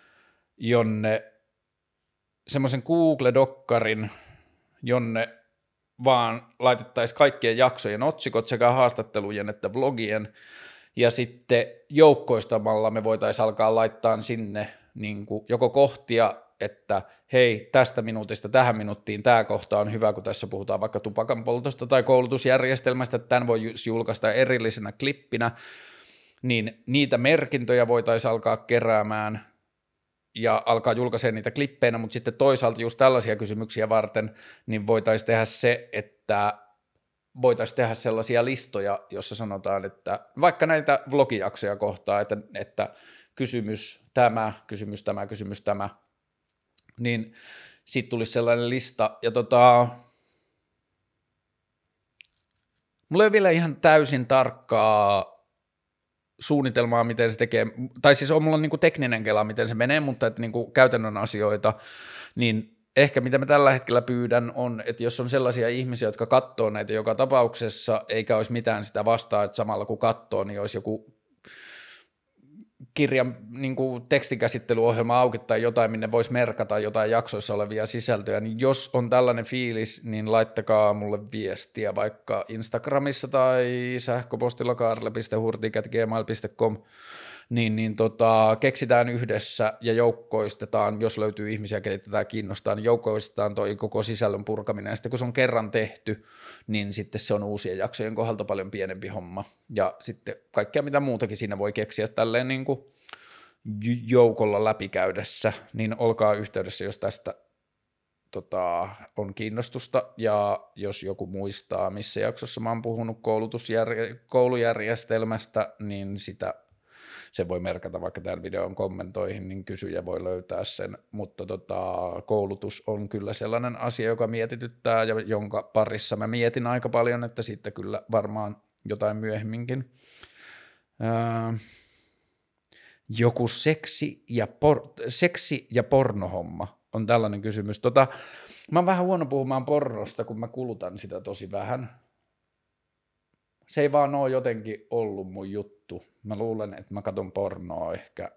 jonne vaan laitettaisiin kaikkien jaksojen otsikot sekä haastattelujen että vlogien, ja sitten joukkoistamalla me voitaisiin alkaa laittaa sinne niin kuin joko kohtia että hei, tästä minuutista tähän minuuttiin tämä kohta on hyvä, kun tässä puhutaan vaikka tupakan poltosta tai koulutusjärjestelmästä, että tämän voi julkaista erillisenä klippinä, niin niitä merkintöjä voitaisiin alkaa keräämään ja alkaa julkaisemaan niitä klippeinä, mutta sitten toisaalta just tällaisia kysymyksiä varten, niin voitaisiin tehdä se, että voitaisiin tehdä sellaisia listoja, jossa sanotaan, että vaikka näitä vlogijaksoja kohtaa, että kysymys tämä, niin sitten tulisi sellainen lista, ja mulla ei ole vielä ihan täysin tarkkaa suunnitelmaa, miten se tekee, tai siis on mulla niinku tekninen kela, miten se menee, mutta että niinku käytännön asioita, niin ehkä mitä mä tällä hetkellä pyydän on, että jos on sellaisia ihmisiä, jotka katsoo näitä joka tapauksessa, eikä olisi mitään sitä vastaa, että samalla kun katsoo, niin olisi joku kirjan niin kuin tekstikäsittelyohjelma auki tai jotain, minne voisi merkata jotain jaksoissa olevia sisältöjä, niin jos on tällainen fiilis, niin laittakaa mulle viestiä vaikka Instagramissa tai sähköpostilla kaarle.hurtik@gmail.com, niin keksitään yhdessä ja joukkoistetaan, jos löytyy ihmisiä, keitä tämä kiinnostaa, niin joukkoistetaan toi koko sisällön purkaminen, ja sitten kun se on kerran tehty, niin sitten se on uusien jaksojen kohdalta paljon pienempi homma, ja sitten kaikkea mitä muutakin siinä voi keksiä tälleen niin kuin joukolla läpikäydessä, niin olkaa yhteydessä, jos tästä on kiinnostusta, ja jos joku muistaa, missä jaksossa mä oon puhunut koulujärjestelmästä, niin se voi merkata vaikka tämän videon kommentoihin, niin kysyjä voi löytää sen, mutta koulutus on kyllä sellainen asia, joka mietityttää ja jonka parissa mä mietin aika paljon, että sitten kyllä varmaan jotain myöhemminkin. Joku seksi- ja pornohomma on tällainen kysymys. Mä oon vähän huono puhumaan pornosta, kun mä kulutan sitä tosi vähän. Se ei vaan ole jotenkin ollut mun juttu. Mä luulen, että mä katson pornoa ehkä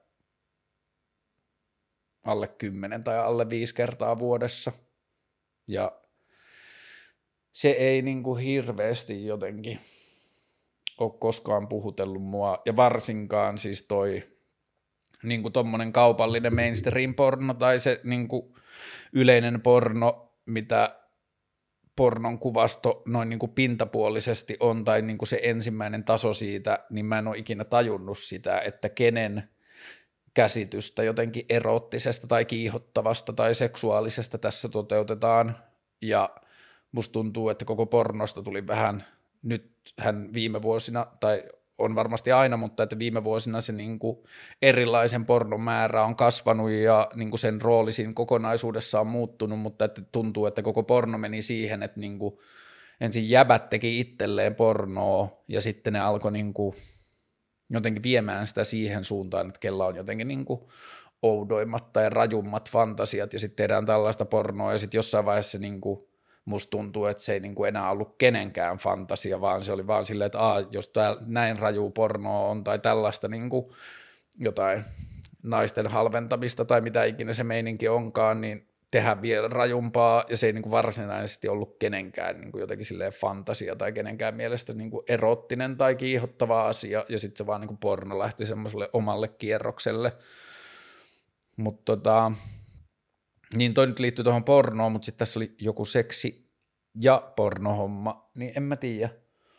alle 10 tai alle 5 kertaa vuodessa. Ja se ei niinku hirveästi jotenkin ole koskaan puhutellut mua. Ja varsinkaan siis toi niinku tommonen kaupallinen mainstream porno tai se niinku yleinen porno, mitä pornon kuvasto noin niin kuin pintapuolisesti on, tai niin kuin se ensimmäinen taso siitä, niin mä en ole ikinä tajunnut sitä, että kenen käsitystä jotenkin eroottisesta tai kiihottavasta tai seksuaalisesta tässä toteutetaan, ja musta tuntuu, että koko pornosta tuli vähän, nythän viime vuosina, tai on varmasti aina, mutta että viime vuosina se niin kuin erilaisen pornon määrä on kasvanut ja niin kuin sen rooli siinä kokonaisuudessa on muuttunut, mutta että tuntuu, että koko porno meni siihen, että niin kuin ensin jäbät teki itselleen pornoa ja sitten ne alkoi niin kuin jotenkin viemään sitä siihen suuntaan, että kella on jotenkin niin kuin oudoimmat tai rajummat fantasiat ja sitten tehdään tällaista pornoa ja sitten jossain vaiheessa se niin kuin musta tuntuu, että se ei niin kuin enää ollut kenenkään fantasia, vaan se oli vaan silleen, että jos näin raju pornoa on tai tällaista niin kuin jotain naisten halventamista tai mitä ikinä se meininki onkaan, niin tehdään vielä rajumpaa ja se ei niin kuin varsinaisesti ollut kenenkään niin kuin jotenkin silleen fantasia tai kenenkään mielestä niin kuin erottinen tai kiihottava asia ja sitten se vaan niin kuin porno lähti semmoiselle omalle kierrokselle, mutta niin toi nyt liittyy tuohon pornoon, mutta sitten tässä oli joku seksi- ja pornohomma, niin en mä tiedä.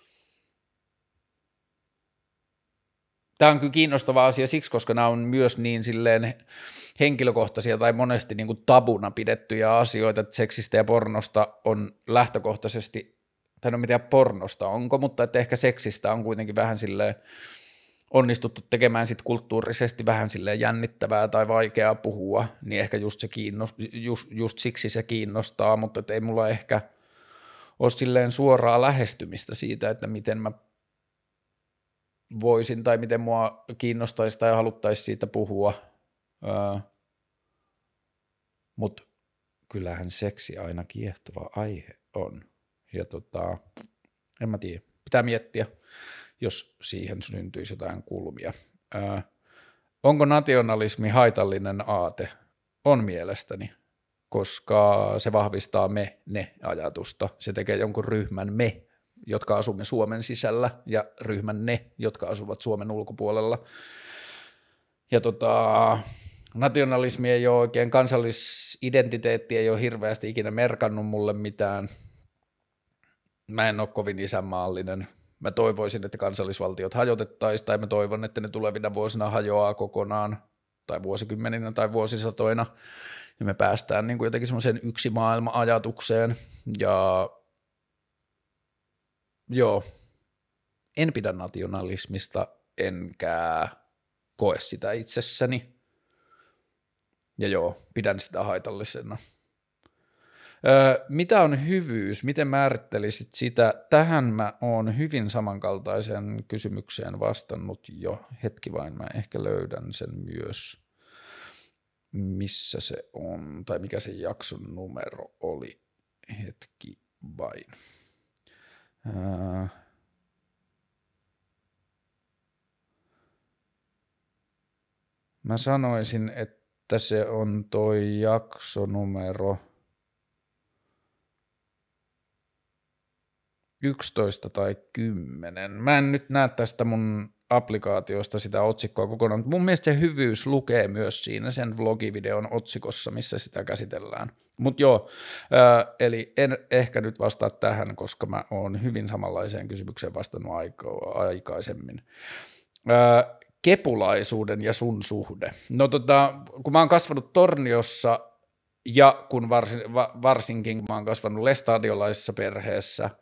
Tämä on kyllä kiinnostava asia siksi, koska nämä on myös niin silleen henkilökohtaisia tai monesti niin kuin tabuna pidettyjä asioita, että seksistä ja pornosta on lähtökohtaisesti, tai no mitä pornosta onko, mutta että ehkä seksistä on kuitenkin vähän silleen onnistuttu tekemään sit kulttuurisesti vähän silleen jännittävää tai vaikeaa puhua, niin ehkä just siksi se kiinnostaa, mutta ei mulla ehkä ole silleen suoraa lähestymistä siitä, että miten mä voisin tai miten mua kiinnostaisi tai haluttaisi siitä puhua, mutta kyllähän seksi aina kiehtova aihe on, ja en mä tiedä, pitää miettiä, jos siihen syntyisi jotain kulmia. Onko nationalismi haitallinen aate? On mielestäni, koska se vahvistaa me-ne-ajatusta. Se tekee jonkun ryhmän me, jotka asumme Suomen sisällä, ja ryhmän ne, jotka asuvat Suomen ulkopuolella. Ja nationalismi ei ole oikein, kansallisidentiteetti ei ole hirveästi ikinä merkannut mulle mitään. Mä en ole kovin isänmaallinen. Mä toivoisin, että kansallisvaltiot hajotettaisiin, tai mä toivon, että ne tulevina vuosina hajoaa kokonaan, tai vuosikymmeninä tai vuosisatoina, ja me päästään niin kuin jotenkin semmoiseen yksi maailma-ajatukseen, ja joo, en pidä nationalismista, enkä koe sitä itsessäni, ja joo, pidän sitä haitallisena. Mitä on hyvyys? Miten määrittelisit sitä? Tähän mä oon hyvin samankaltaiseen kysymykseen vastannut jo. Hetki vain, mä ehkä löydän sen myös, missä se on, tai mikä se jakson numero oli. Hetki vain. Mä sanoisin, että se on toi jaksonumero 11 tai 10. Mä en nyt näe tästä mun applikaatiosta sitä otsikkoa kokonaan, mutta mun mielestä se hyvyys lukee myös siinä sen vlogivideon otsikossa, missä sitä käsitellään. Mutta joo, eli en ehkä nyt vastaa tähän, koska mä oon hyvin samanlaiseen kysymykseen vastannut aikaisemmin. Kepulaisuuden ja sun suhde. No kun mä oon kasvanut Torniossa ja kun varsinkin kun mä oon kasvanut lestadiolaisessa perheessä,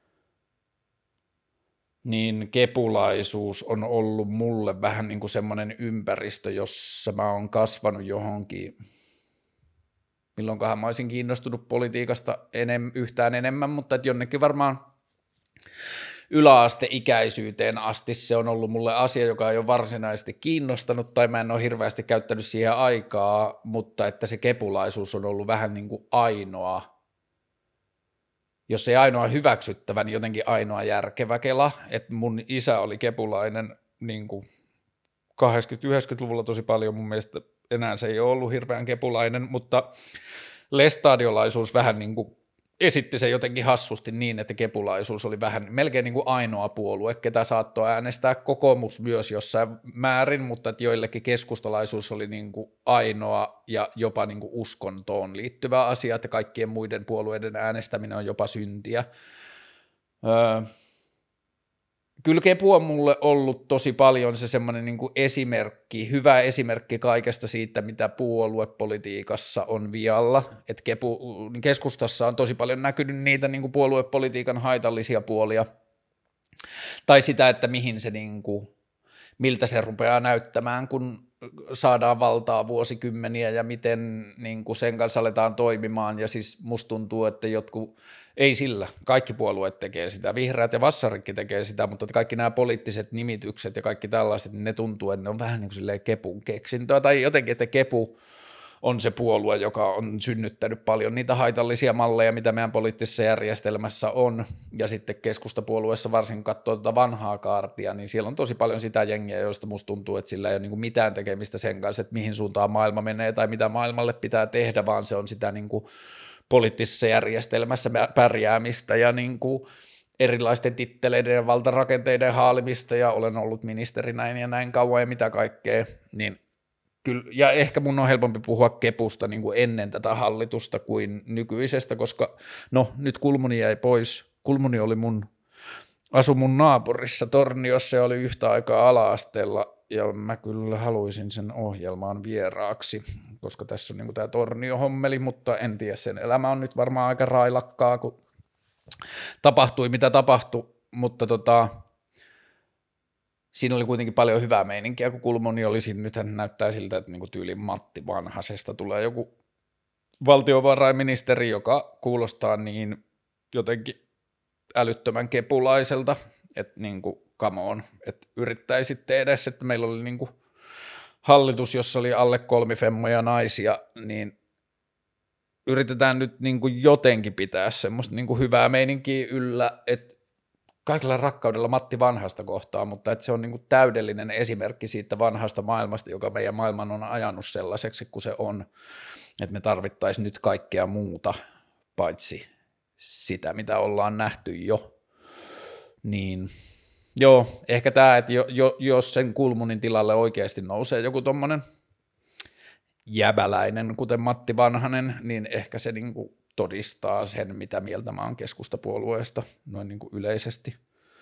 niin kepulaisuus on ollut mulle vähän niin kuin semmoinen ympäristö, jossa mä oon kasvanut johonkin, milloinkohan mä olisin kiinnostunut politiikasta yhtään enemmän, mutta että jonnekin varmaan yläasteikäisyyteen asti se on ollut mulle asia, joka ei ole varsinaisesti kiinnostanut tai mä en ole hirveästi käyttänyt siihen aikaa, mutta että se kepulaisuus on ollut vähän niin kuin ainoa, jos ei ainoa hyväksyttävä, niin jotenkin ainoa järkevä kela, että mun isä oli kepulainen niin kuin 80-90-luvulla tosi paljon, mun mielestä enää se ei ole ollut hirveän kepulainen, mutta lestadiolaisuus vähän niin kuin esitti se jotenkin hassusti niin, että kepulaisuus oli vähän melkein niin kuin ainoa puolue, ketä saattoi äänestää, kokoomus myös jossain määrin, mutta että joillekin keskustalaisuus oli niin kuin ainoa ja jopa niin kuin uskontoon liittyvä asia, että kaikkien muiden puolueiden äänestäminen on jopa syntiä. Kyllä kepu on mulle ollut tosi paljon se semmoinen niin kuin esimerkki, hyvä esimerkki kaikesta siitä, mitä puoluepolitiikassa on vialla. Et keskustassa on tosi paljon näkynyt niitä niin kuin puoluepolitiikan haitallisia puolia, tai sitä, että mihin se, niin kuin, miltä se rupeaa näyttämään, kun saadaan valtaa vuosikymmeniä ja miten niin kuin sen kanssa aletaan toimimaan. Ja siis musta tuntuu, että jotkut, ei sillä, kaikki puolueet tekee sitä, vihreät ja vassarikki tekee sitä, mutta kaikki nämä poliittiset nimitykset ja kaikki tällaiset, niin ne tuntuu, että ne on vähän niin kuin silleen kepun keksintöä, tai jotenkin, että kepu on se puolue, joka on synnyttänyt paljon niitä haitallisia malleja, mitä meidän poliittisessa järjestelmässä on, ja sitten keskustapuolueessa varsinkin katsoo tuota vanhaa kaartia, niin siellä on tosi paljon sitä jengiä, joista musta tuntuu, että sillä ei ole niin kuin mitään tekemistä sen kanssa, että mihin suuntaan maailma menee tai mitä maailmalle pitää tehdä, vaan se on sitä niin kuin poliittisessa järjestelmässä pärjäämistä ja niin kuin erilaisten titteleiden ja valtarakenteiden haalimista, ja olen ollut ministeri näin ja näin kauan ja mitä kaikkea, niin kyllä, ja ehkä mun on helpompi puhua kepusta niin kuin ennen tätä hallitusta kuin nykyisestä, koska no nyt Kulmuni jäi pois. Kulmuni oli asui mun naapurissa Torniossa ja oli yhtä aikaa ala-asteella, ja mä kyllä haluaisin sen ohjelmaan vieraaksi, koska tässä on niin kuin tämä Tornio-hommeli, mutta en tiedä, sen elämä on nyt varmaan aika railakkaa, kun tapahtui mitä tapahtui, mutta siinä oli kuitenkin paljon hyvää meininkiä, kun Kulmuni oli siinä. Nythän näyttää siltä, että niinku tyylin Matti Vanhasesta tulee joku valtiovarainministeri, joka kuulostaa niin jotenkin älyttömän kepulaiselta, että niinku come on, että yrittäisitte edes, että meillä oli niinku hallitus, jossa oli alle 3 femmoja naisia, niin yritetään nyt niinku jotenkin pitää semmoista niinku hyvää meininkiä yllä, että kaikella rakkaudella Matti Vanhasta kohtaan, mutta että se on niinku täydellinen esimerkki siitä vanhasta maailmasta, joka meidän maailman on ajanut sellaiseksi kuin se on, että me tarvittaisiin nyt kaikkea muuta, paitsi sitä, mitä ollaan nähty jo. Niin joo, ehkä tämä, että jos sen Kulmunin tilalle oikeasti nousee joku tommonen jäbäläinen, kuten Matti Vanhanen, niin ehkä se niin kuin todistaa sen, mitä mieltä mä oon keskustapuolueesta noin niin kuin yleisesti.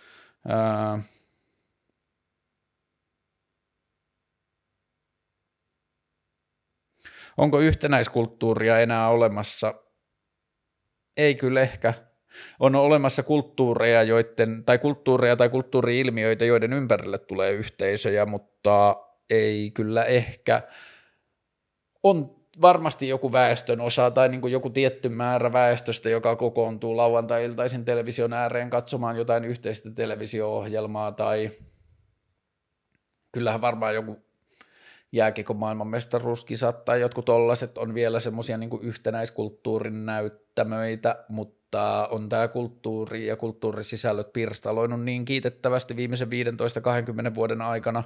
Onko yhtenäiskulttuuria enää olemassa? Ei kyllä ehkä. On olemassa kulttuureja tai kulttuuri-ilmiöitä, joiden ympärille tulee yhteisöjä, mutta ei kyllä ehkä. On varmasti joku väestön osa tai niin kuin joku tietty määrä väestöstä, joka kokoontuu lauantai-iltaisin television ääreen katsomaan jotain yhteistä televisio-ohjelmaa, tai kyllähän varmaan joku jääkiekon maailmanmestaruuskisat tai jotkut tollaiset on vielä semmoisia niin kuin yhtenäiskulttuurin näyttämöitä, mutta on tämä kulttuuri ja kulttuurisisällöt pirstaloinut niin kiitettävästi viimeisen 15-20 vuoden aikana.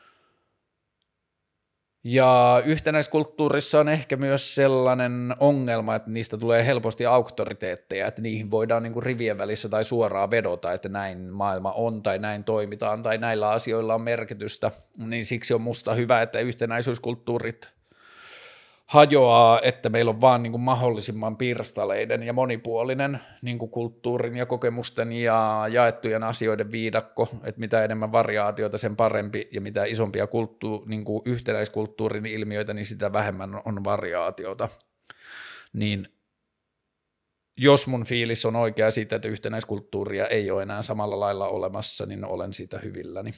Ja yhtenäiskulttuurissa on ehkä myös sellainen ongelma, että niistä tulee helposti auktoriteetteja, että niihin voidaan niin kuin rivien välissä tai suoraan vedota, että näin maailma on tai näin toimitaan tai näillä asioilla on merkitystä, niin siksi on musta hyvä, että yhtenäisyyskulttuurit hajoaa, että meillä on vaan niin kuin mahdollisimman pirstaleiden ja monipuolinen niin kuin kulttuurin ja kokemusten ja jaettujen asioiden viidakko, että mitä enemmän variaatiota sen parempi ja mitä isompia niin kuin yhtenäiskulttuurin ilmiöitä, niin sitä vähemmän on variaatiota. Niin jos mun fiilis on oikea siitä, että yhtenäiskulttuuria ei ole enää samalla lailla olemassa, niin olen siitä hyvilläni.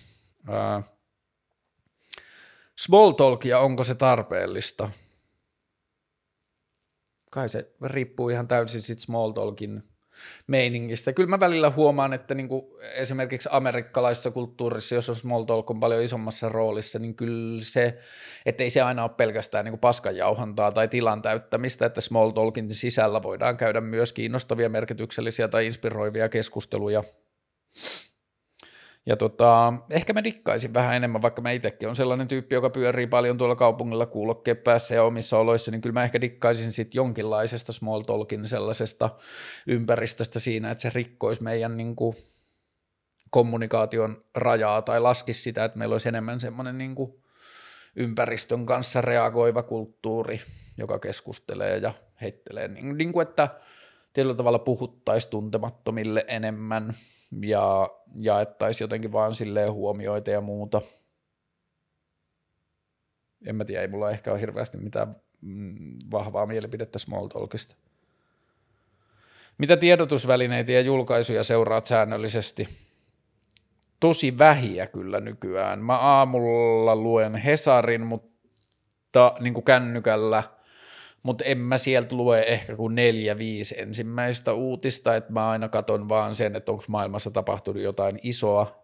Small talkia, onko se tarpeellista? Kai se riippuu ihan täysin sit small talkin meiningistä. Kyllä mä välillä huomaan, että niinku esimerkiksi amerikkalaisessa kulttuurissa, jos on small talk on paljon isommassa roolissa, niin kyllä se, ettei se aina ole pelkästään niinku paskanjauhantaa tai tilan täyttämistä, että small talkin sisällä voidaan käydä myös kiinnostavia, merkityksellisiä tai inspiroivia keskusteluja. Ja ehkä mä dikkaisin vähän enemmän, vaikka mä itsekin on sellainen tyyppi, joka pyörii paljon tuolla kaupungilla kuulokkeen päässä ja omissa oloissa, niin kyllä mä ehkä dikkaisin sit jonkinlaisesta small talkin sellaisesta ympäristöstä siinä, että se rikkoisi meidän niin kuin kommunikaation rajaa tai laskisi sitä, että meillä olisi enemmän semmoinen niin kuin ympäristön kanssa reagoiva kulttuuri, joka keskustelee ja heittelee, niin kuin että tietyllä tavalla puhuttaisiin tuntemattomille enemmän ja jaettaisiin jotenkin vaan silleen huomioita ja muuta. En mä tiedä, ei mulla ehkä ole hirveästi mitään vahvaa mielipidettä small talkista. Mitä tiedotusvälineitä ja julkaisuja seuraat säännöllisesti? Tosi vähiä kyllä nykyään. Mä aamulla luen Hesarin, mutta niin kuin kännykällä, mutta en mä sieltä lue ehkä kuin 4-5 ensimmäistä uutista, että mä aina katon vaan sen, että onko maailmassa tapahtunut jotain isoa.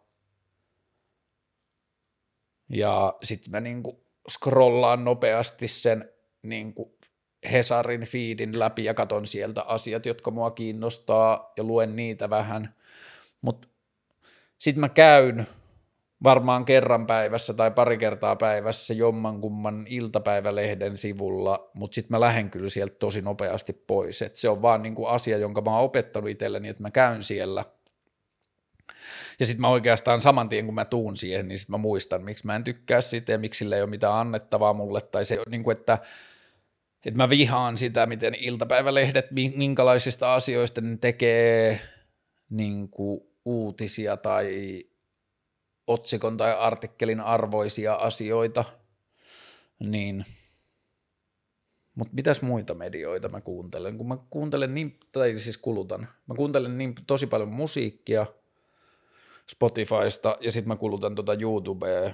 Ja sitten mä niinku scrollaan nopeasti sen niinku Hesarin feedin läpi ja katon sieltä asiat, jotka mua kiinnostaa ja luen niitä vähän. Mutta sitten mä käyn varmaan kerran päivässä tai pari kertaa päivässä jommankumman iltapäivälehden sivulla, mutta sitten mä lähden kyllä sieltä tosi nopeasti pois. Et se on vaan niinku asia, jonka mä oon opettanut itselleni, että mä käyn siellä. Ja sitten mä oikeastaan saman tien, kun mä tuun siihen, niin sitten mä muistan, miksi mä en tykkää siitä ja miksi sillä ei ole mitään annettavaa mulle. Tai se, niin kuin, että mä vihaan sitä, miten iltapäivälehdet, minkälaisista asioista ne tekee niin kuin uutisia tai otsikon tai artikkelin arvoisia asioita, niin, mutta mitäs muita medioita mä kuuntelen, kun mä kuuntelen niin, tai siis kulutan, mä kuuntelen niin tosi paljon musiikkia Spotifysta ja sitten mä kulutan YouTubea.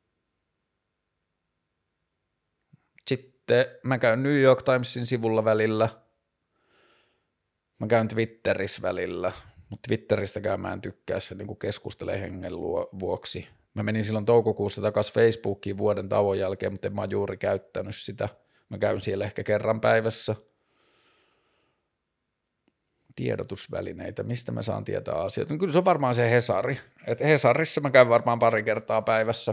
Sitten mä käyn New York Timesin sivulla välillä, mä käyn Twitterissä välillä, mutta Twitteristäkään mä en tykkää se niin keskustele hengen vuoksi. Mä menin silloin toukokuussa takaisin Facebookiin vuoden tauon jälkeen, mutta en mä juuri käyttänyt sitä. Mä käyn siellä ehkä kerran päivässä. Tiedotusvälineitä, mistä mä saan tietää asioita. No kyllä se on varmaan se Hesari. Et Hesarissa mä käyn varmaan pari kertaa päivässä.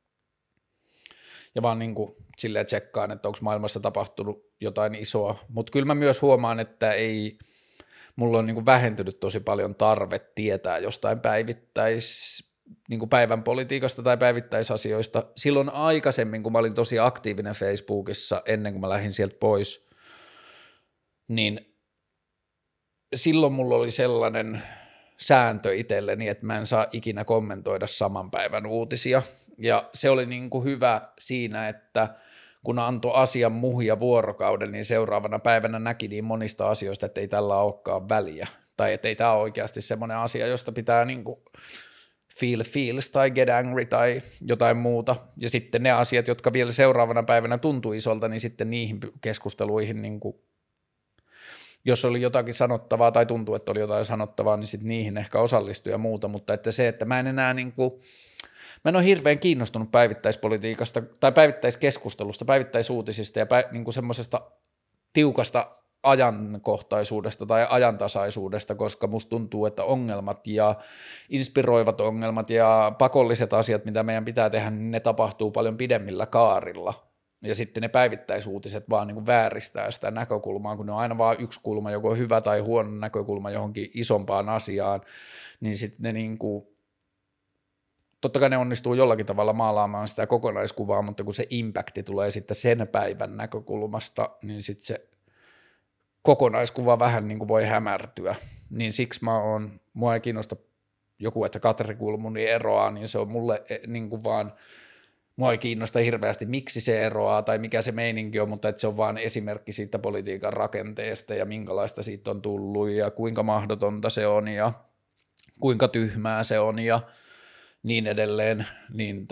Ja vaan niin kuin silleen tsekkaan, että onko maailmassa tapahtunut jotain isoa. Mutta kyllä mä myös huomaan, että mulla on niin kuin vähentynyt tosi paljon tarve tietää jostain niin kuin päivän politiikasta tai päivittäisasioista. Silloin aikaisemmin, kun mä olin tosi aktiivinen Facebookissa ennen kuin mä lähdin sieltä pois, niin silloin mulla oli sellainen sääntö itselleni, että mä en saa ikinä kommentoida saman päivän uutisia. Ja se oli niin kuin hyvä siinä, että kun antoi asian muhia vuorokauden, niin seuraavana päivänä näki niin monista asioista, että ei tällä olekaan väliä. Tai että ei tämä ole oikeasti semmoinen asia, josta pitää niin kuin feel feels tai get angry tai jotain muuta. Ja sitten ne asiat, jotka vielä seuraavana päivänä tuntui isolta, niin sitten niihin keskusteluihin, niin kuin, jos oli jotakin sanottavaa tai tuntuu, että oli jotain sanottavaa, niin sitten niihin ehkä osallistui ja muuta. Mutta että se, että mä en enää niin kuin, mä en ole hirveän kiinnostunut päivittäispolitiikasta tai päivittäiskeskustelusta, päivittäisuutisista ja niin kuin semmoisesta tiukasta ajankohtaisuudesta tai ajantasaisuudesta, koska musta tuntuu, että ongelmat ja inspiroivat ongelmat ja pakolliset asiat, mitä meidän pitää tehdä, niin ne tapahtuu paljon pidemmillä kaarilla. Ja sitten ne päivittäisuutiset vaan niin kuin vääristää sitä näkökulmaa, kun ne on aina vaan yksi kulma, joko hyvä tai huono näkökulma johonkin isompaan asiaan, niin sitten ne niin kuin totta kai ne onnistuu jollakin tavalla maalaamaan sitä kokonaiskuvaa, mutta kun se impacti tulee sitten sen päivän näkökulmasta, niin sitten se kokonaiskuva vähän niin kuin voi hämärtyä. Niin siksi mua ei kiinnosta joku, että Katri Kulmuni eroaa, niin se on mulle niin kuin vaan, mua ei kiinnosta hirveästi, miksi se eroaa tai mikä se meininki on, mutta että se on vaan esimerkki siitä politiikan rakenteesta ja minkälaista siitä on tullut ja kuinka mahdotonta se on ja kuinka tyhmää se on ja niin edelleen, niin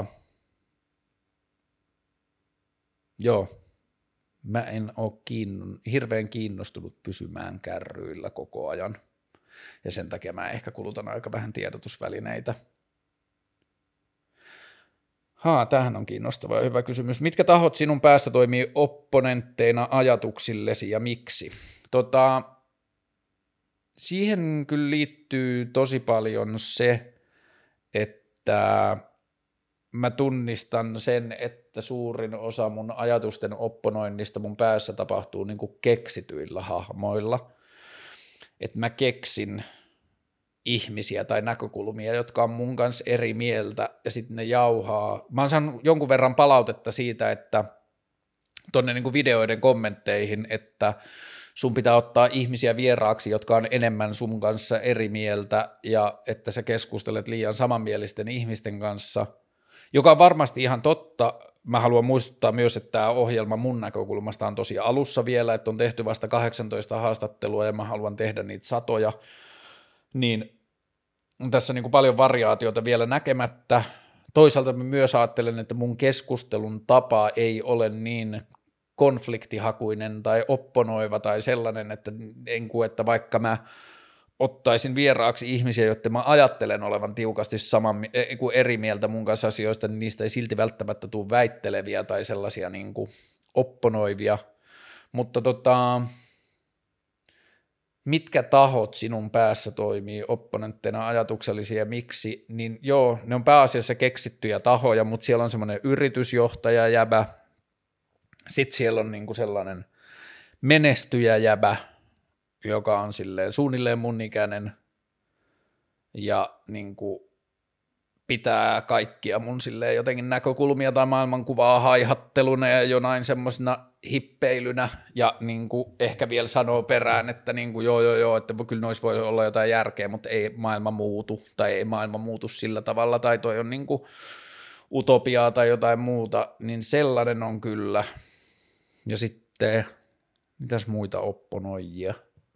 joo, mä en ole hirveän kiinnostunut pysymään kärryillä koko ajan, ja sen takia mä ehkä kulutan aika vähän tiedotusvälineitä. Tämähän on kiinnostava ja hyvä kysymys. Mitkä tahot sinun päässä toimii opponentteina ajatuksillesi ja miksi? Siihen kyllä liittyy tosi paljon se, että mä tunnistan sen, että suurin osa mun ajatusten opponoinnista mun päässä tapahtuu niin kuin keksityillä hahmoilla. Että mä keksin ihmisiä tai näkökulmia, jotka on mun kanssa eri mieltä ja sitten ne jauhaa. Mä oon saanut jonkun verran palautetta siitä, että tonne niin kuin videoiden kommentteihin, että sun pitää ottaa ihmisiä vieraaksi, jotka on enemmän sun kanssa eri mieltä ja että sä keskustelet liian samanmielisten ihmisten kanssa, joka on varmasti ihan totta. Mä haluan muistuttaa myös, että tämä ohjelma mun näkökulmasta on tosi alussa vielä, että on tehty vasta 18 haastattelua ja mä haluan tehdä niitä satoja, niin tässä on niin kuin paljon variaatiota vielä näkemättä. Toisaalta mä myös ajattelen, että mun keskustelun tapa ei ole niin konfliktihakuinen tai opponoiva tai sellainen, että että vaikka mä ottaisin vieraaksi ihmisiä, joiden mä ajattelen olevan tiukasti eri mieltä mun kanssa asioista, niin niistä ei silti välttämättä tule väitteleviä tai sellaisia niin kuin opponoivia, mutta mitkä tahot sinun päässä toimii opponentteina ajatuksellisia ja miksi, niin joo, ne on pääasiassa keksittyjä tahoja, mutta siellä on semmoinen yritysjohtaja jäbä, sitten siellä on niinku sellainen menestyjä jäbä, joka on silleen suunnilleen mun ikäinen ja niinku pitää kaikkia mun silleen jotenkin näkökulmia tai maailmankuvaa haihatteluna ja jonain semmoisena hippeilynä ja niinku ehkä vielä sanoo perään, että niinku joo, että kyllä noissa voi olla jotain järkeä, mutta ei maailma muutu tai ei maailma muutu sillä tavalla tai toi on niinku utopiaa tai jotain muuta, niin sellainen on kyllä. Ja sitten, mitäs muita opponoijia?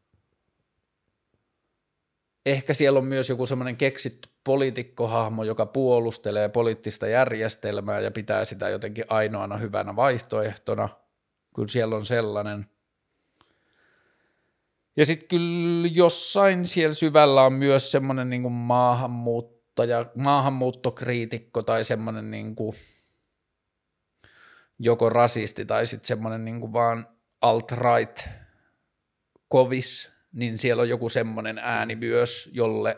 Ehkä siellä on myös joku semmoinen keksitty poliitikkohahmo, joka puolustelee poliittista järjestelmää ja pitää sitä jotenkin ainoana hyvänä vaihtoehtona. Kyllä siellä on sellainen. Ja sitten kyllä jossain siellä syvällä on myös semmoinen niin kuin maahanmuuttokriitikko tai semmoinen niin kuin joko rasisti tai sitten semmoinen niin kuin vaan alt-right kovis, niin siellä on joku semmoinen ääni myös, jolle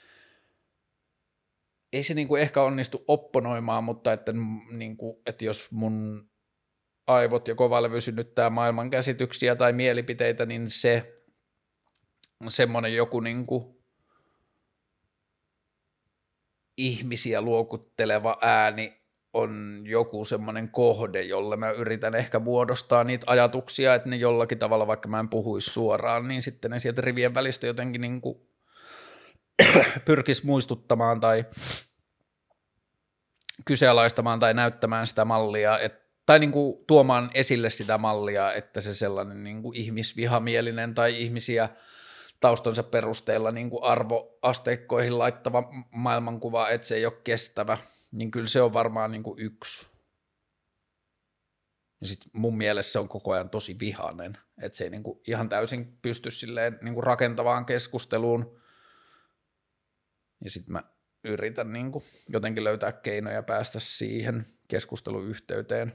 ei se niin kuin ehkä onnistu opponoimaan, mutta että, niin kuin, että jos mun aivot ja kovalevy synnyttää maailmankäsityksiä tai mielipiteitä, niin se semmoinen joku niin kuin ihmisiä luokutteleva ääni on joku semmoinen kohde, jolle mä yritän ehkä muodostaa niitä ajatuksia, että ne jollakin tavalla, vaikka mä en puhuisi suoraan, niin sitten ne sieltä rivien välistä jotenkin niin kuin pyrkisi muistuttamaan tai kyseenalaistamaan tai näyttämään sitä mallia, tai niin kuin tuomaan esille sitä mallia, että se sellainen niin kuin ihmisvihamielinen tai ihmisiä taustansa perusteella niin kuin arvoasteikkoihin laittava maailmankuva, että se ei ole kestävä, niin kyllä se on varmaan niin kuin yksi. Ja sitten mun mielestä se on koko ajan tosi vihainen, että se ei niin kuin ihan täysin pysty silleen niin kuin rakentavaan keskusteluun. Ja sitten mä yritän niin kuin jotenkin löytää keinoja päästä siihen keskusteluyhteyteen.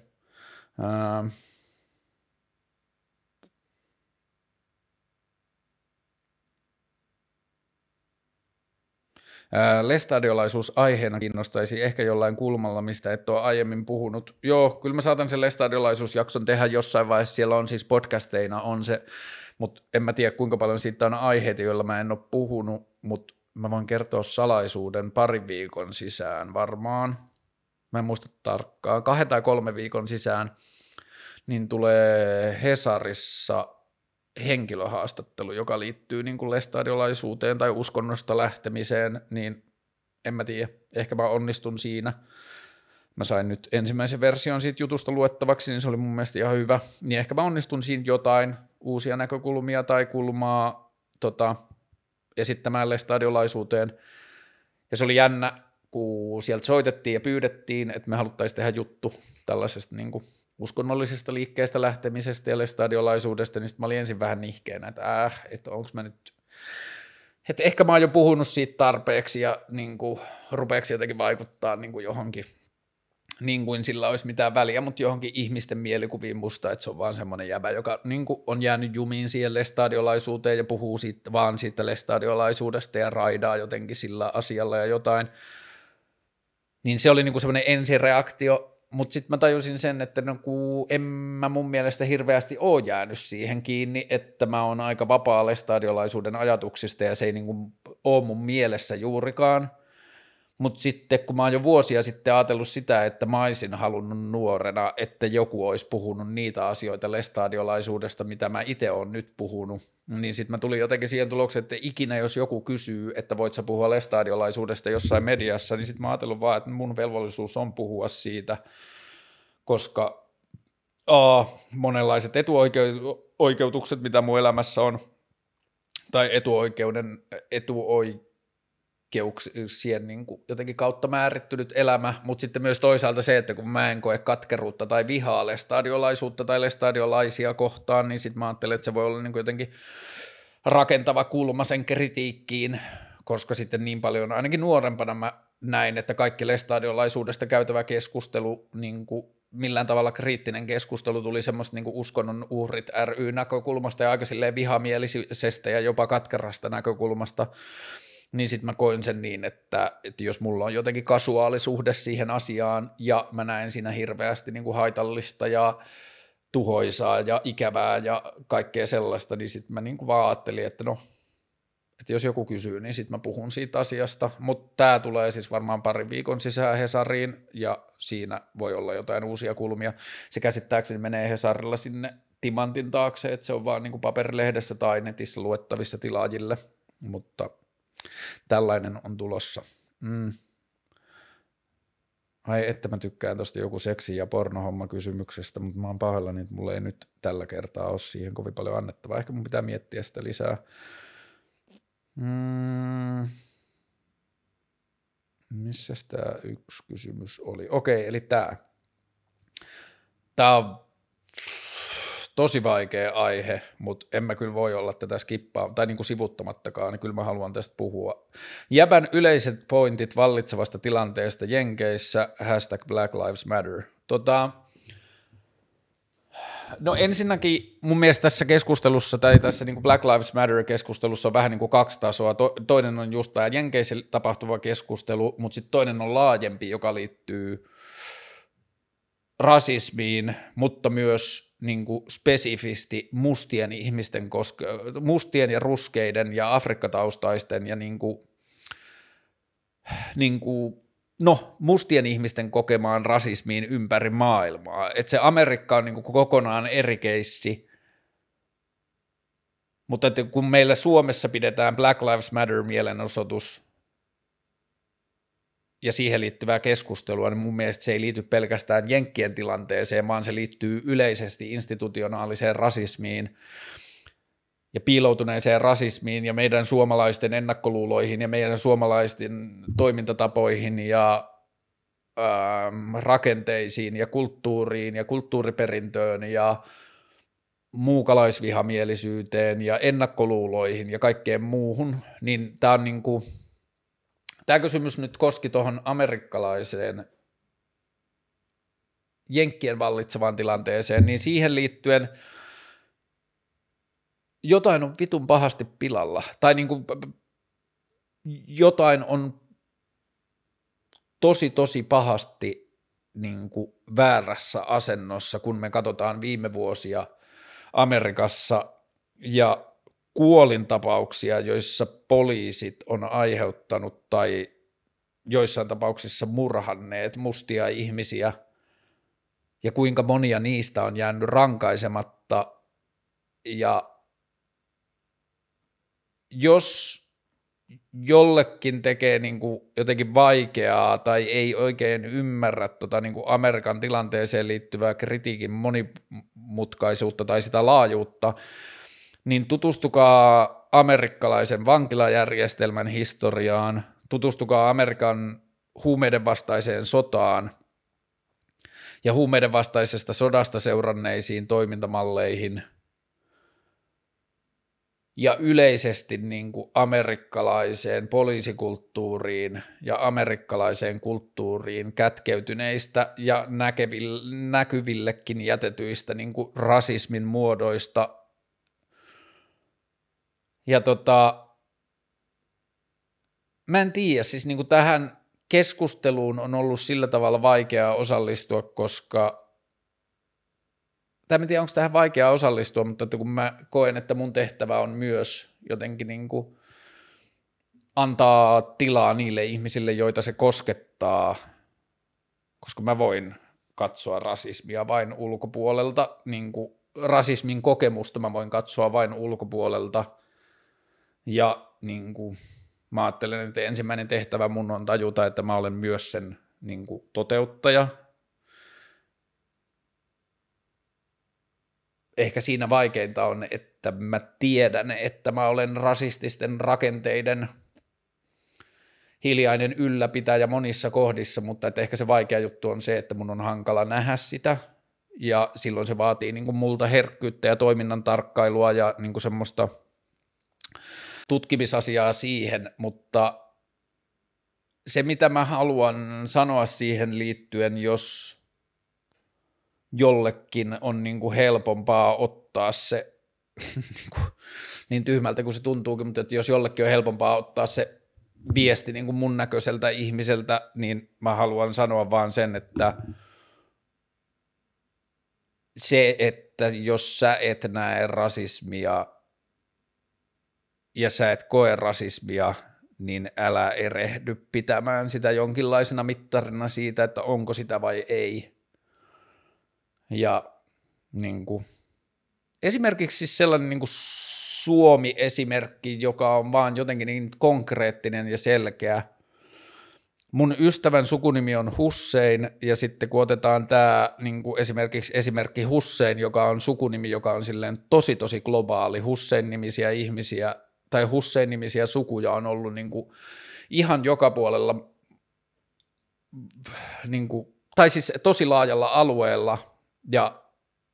Lestadiolaisuus aiheena kiinnostaisi ehkä jollain kulmalla, mistä et ole aiemmin puhunut. Joo, kyllä mä saatan sen lestadiolaisuusjakson tehdä jossain vaiheessa, siellä on siis podcasteina on se, mutta en mä tiedä kuinka paljon siitä on aiheita, joilla mä en ole puhunut, mutta mä voin kertoa salaisuuden 2 viikon sisään varmaan. Mä en muista tarkkaan, 2 tai 3 viikon sisään, niin tulee Hesarissa henkilöhaastattelu, joka liittyy niin kuin lestadiolaisuuteen tai uskonnosta lähtemiseen, niin en mä tiedä, ehkä mä onnistun siinä. Mä sain nyt ensimmäisen version siitä jutusta luettavaksi, niin se oli mun mielestä ihan hyvä, niin ehkä mä onnistun siinä jotain uusia näkökulmia tai kulmaa esittämään lestadiolaisuuteen. Ja se oli jännä, kun sieltä soitettiin ja pyydettiin, että me haluttaisiin tehdä juttu tällaisesta niin kuin uskonnollisesta liikkeestä lähtemisestä ja lestadiolaisuudesta, niin sitten mä olin ensin vähän nihkeänä, että onko mä nyt, että ehkä mä oon jo puhunut siitä tarpeeksi ja niin kuin rupeeksi jotenkin vaikuttaa niin kuin johonkin, niin kuin sillä olisi mitään väliä, mutta johonkin ihmisten mielikuviin musta, että se on vaan semmoinen jäbä, joka niin kuin on jäänyt jumiin siihen lestadiolaisuuteen ja puhuu vaan siitä lestadiolaisuudesta ja raidaa jotenkin sillä asialla ja jotain, niin se oli niin kuin semmoinen ensireaktio. Mutta sitten mä tajusin sen, että en mä mun mielestä hirveästi ole jäänyt siihen kiinni, että mä oon aika vapaa lestadiolaisuuden ajatuksista ja se ei niinku ole mun mielessä juurikaan. Mutta sitten kun mä oon jo vuosia sitten ajatellut sitä, että mä olisin halunnut nuorena, että joku olisi puhunut niitä asioita lestadiolaisuudesta, mitä mä itse oon nyt puhunut, niin sitten mä tulin jotenkin siihen tulokseen, että ikinä jos joku kysyy, että voit sä puhua lestadiolaisuudesta jossain mediassa, niin sitten mä ajatellut vaan, että mun velvollisuus on puhua siitä, koska monenlaiset etuoikeutukset, mitä mun elämässä on, tai etuoikeuksien niin kuin jotenkin kautta määrittynyt elämä, mutta sitten myös toisaalta se, että kun mä en koe katkeruutta tai vihaa lestadiolaisuutta tai lestadiolaisia kohtaan, niin sitten mä ajattelen, että se voi olla niin kuin jotenkin rakentava kulma sen kritiikkiin, koska sitten niin paljon, ainakin nuorempana mä näin, että kaikki lestadiolaisuudesta käytävä keskustelu, niin kuin millään tavalla kriittinen keskustelu tuli semmoista niin kuin uskonnon uhrit ry-näkökulmasta ja aika silleen vihamielisestä ja jopa katkerasta näkökulmasta, niin sitten mä koin sen niin, että jos mulla on jotenkin kasuaalisuhde siihen asiaan ja mä näen siinä hirveästi niin kuin haitallista ja tuhoisaa ja ikävää ja kaikkea sellaista, niin sitten mä niin kuin vaan ajattelin, että no, että jos joku kysyy, niin sitten mä puhun siitä asiasta, mutta tämä tulee siis varmaan 2 viikon sisään Hesariin ja siinä voi olla jotain uusia kulmia. Se käsittääkseni menee Hesarilla sinne timantin taakse, että se on vaan niin kuin paperilehdessä tai netissä luettavissa tilaajille, mutta tällainen on tulossa. Ai että mä tykkään tosta joku seksi- ja pornohomma kysymyksestä, mutta mä oon pahoillani, että mulla ei nyt tällä kertaa ole siihen kovin paljon annettavaa. Ehkä mun pitää miettiä sitä lisää. Missäs tää yksi kysymys oli? Okei, eli tää. Tää on tosi vaikea aihe, mutta en mä kyllä voi olla tätä skippaa, tai niin kuin sivuttamattakaan, niin kyllä mä haluan tästä puhua. Jäbän yleiset pointit vallitsevasta tilanteesta Jenkeissä, #Black Lives Matter. No ensinnäkin mun mielestä tässä keskustelussa, tai tässä niin kuin Black Lives Matter-keskustelussa on vähän niin kuin 2 tasoa. Toinen on just tämä Jenkeissä tapahtuva keskustelu, mutta sitten toinen on laajempi, joka liittyy rasismiin, mutta myös niin kuin spesifisti mustien ihmisten, mustien ja ruskeiden ja afrikkataustaisten ja niin kuin niin kuin, mustien ihmisten kokemaan rasismiin ympäri maailmaa. Että se Amerikka on niin kuin kokonaan eri keissi, mutta että kun meillä Suomessa pidetään Black Lives Matter-mielenosoitus ja siihen liittyvää keskustelua, niin mun mielestä se ei liity pelkästään jenkkien tilanteeseen, vaan se liittyy yleisesti institutionaaliseen rasismiin ja piiloutuneeseen rasismiin ja meidän suomalaisten ennakkoluuloihin ja meidän suomalaisten toimintatapoihin ja rakenteisiin ja kulttuuriin ja kulttuuriperintöön ja muukalaisvihamielisyyteen ja ennakkoluuloihin ja kaikkeen muuhun, niin tämä on niinku, tämä kysymys nyt koski tuohon amerikkalaiseen jenkkien vallitsevaan tilanteeseen, niin siihen liittyen jotain on vitun pahasti pilalla, tai niinku, jotain on tosi pahasti niinku väärässä asennossa, kun me katsotaan viime vuosia Amerikassa ja kuolintapauksia, joissa poliisit on aiheuttanut tai joissain tapauksissa murhanneet mustia ihmisiä ja kuinka monia niistä on jäänyt rankaisematta. Ja jos jollekin tekee niin kuin jotenkin vaikeaa tai ei oikein ymmärrä niin kuin Amerikan tilanteeseen liittyvää kritiikin monimutkaisuutta tai sitä laajuutta, niin tutustukaa amerikkalaisen vankilajärjestelmän historiaan, tutustukaa Amerikan huumeiden vastaiseen sotaan ja huumeiden vastaisesta sodasta seuranneisiin toimintamalleihin ja yleisesti niin kuin amerikkalaiseen poliisikulttuuriin ja amerikkalaiseen kulttuuriin kätkeytyneistä ja näkyvillekin jätetyistä niin kuin rasismin muodoista. Ja mä en tiedä, siis niin kuin tähän keskusteluun on ollut sillä tavalla vaikeaa osallistua, koska tai en tiedä, onko tähän vaikeaa osallistua, mutta että kun mä koen, että mun tehtävä on myös jotenkin niin kuin antaa tilaa niille ihmisille, joita se koskettaa, koska mä voin katsoa rasismia vain ulkopuolelta, niin kuin rasismin kokemusta mä voin katsoa vain ulkopuolelta, ja niin kuin mä ajattelen, että ensimmäinen tehtävä mun on tajuta, että mä olen myös sen niin kuin toteuttaja. Ehkä siinä vaikeinta on, että mä tiedän, että mä olen rasististen rakenteiden hiljainen ylläpitäjä monissa kohdissa, mutta että ehkä se vaikea juttu on se, että mun on hankala nähdä sitä, ja silloin se vaatii niin kuin multa herkkyyttä ja toiminnan tarkkailua ja niin kuin semmoista tutkimisasiaa siihen, mutta se mitä mä haluan sanoa siihen liittyen, jos jollekin on niin kuin helpompaa ottaa se, niin tyhmältä kuin se tuntuukin, mutta että jos jollekin on helpompaa ottaa se viesti niin kuin mun näköiseltä ihmiseltä, niin mä haluan sanoa vaan sen, että se, että jos sä et näe rasismia ja sä et koe rasismia, niin älä erehdy pitämään sitä jonkinlaisena mittarina siitä, että onko sitä vai ei. Ja niin kuin, esimerkiksi siis sellainen niin kuin Suomi-esimerkki, joka on vaan jotenkin niin konkreettinen ja selkeä. Mun ystävän sukunimi on Hussein, ja sitten kun otetaan tämä niin kuin esimerkki Hussein, joka on sukunimi, joka on silleen tosi globaali, Hussein-nimisiä ihmisiä tai Hussein-nimisiä sukuja on ollut niin kuin ihan joka puolella, niin kuin, tai siis tosi laajalla alueella. Ja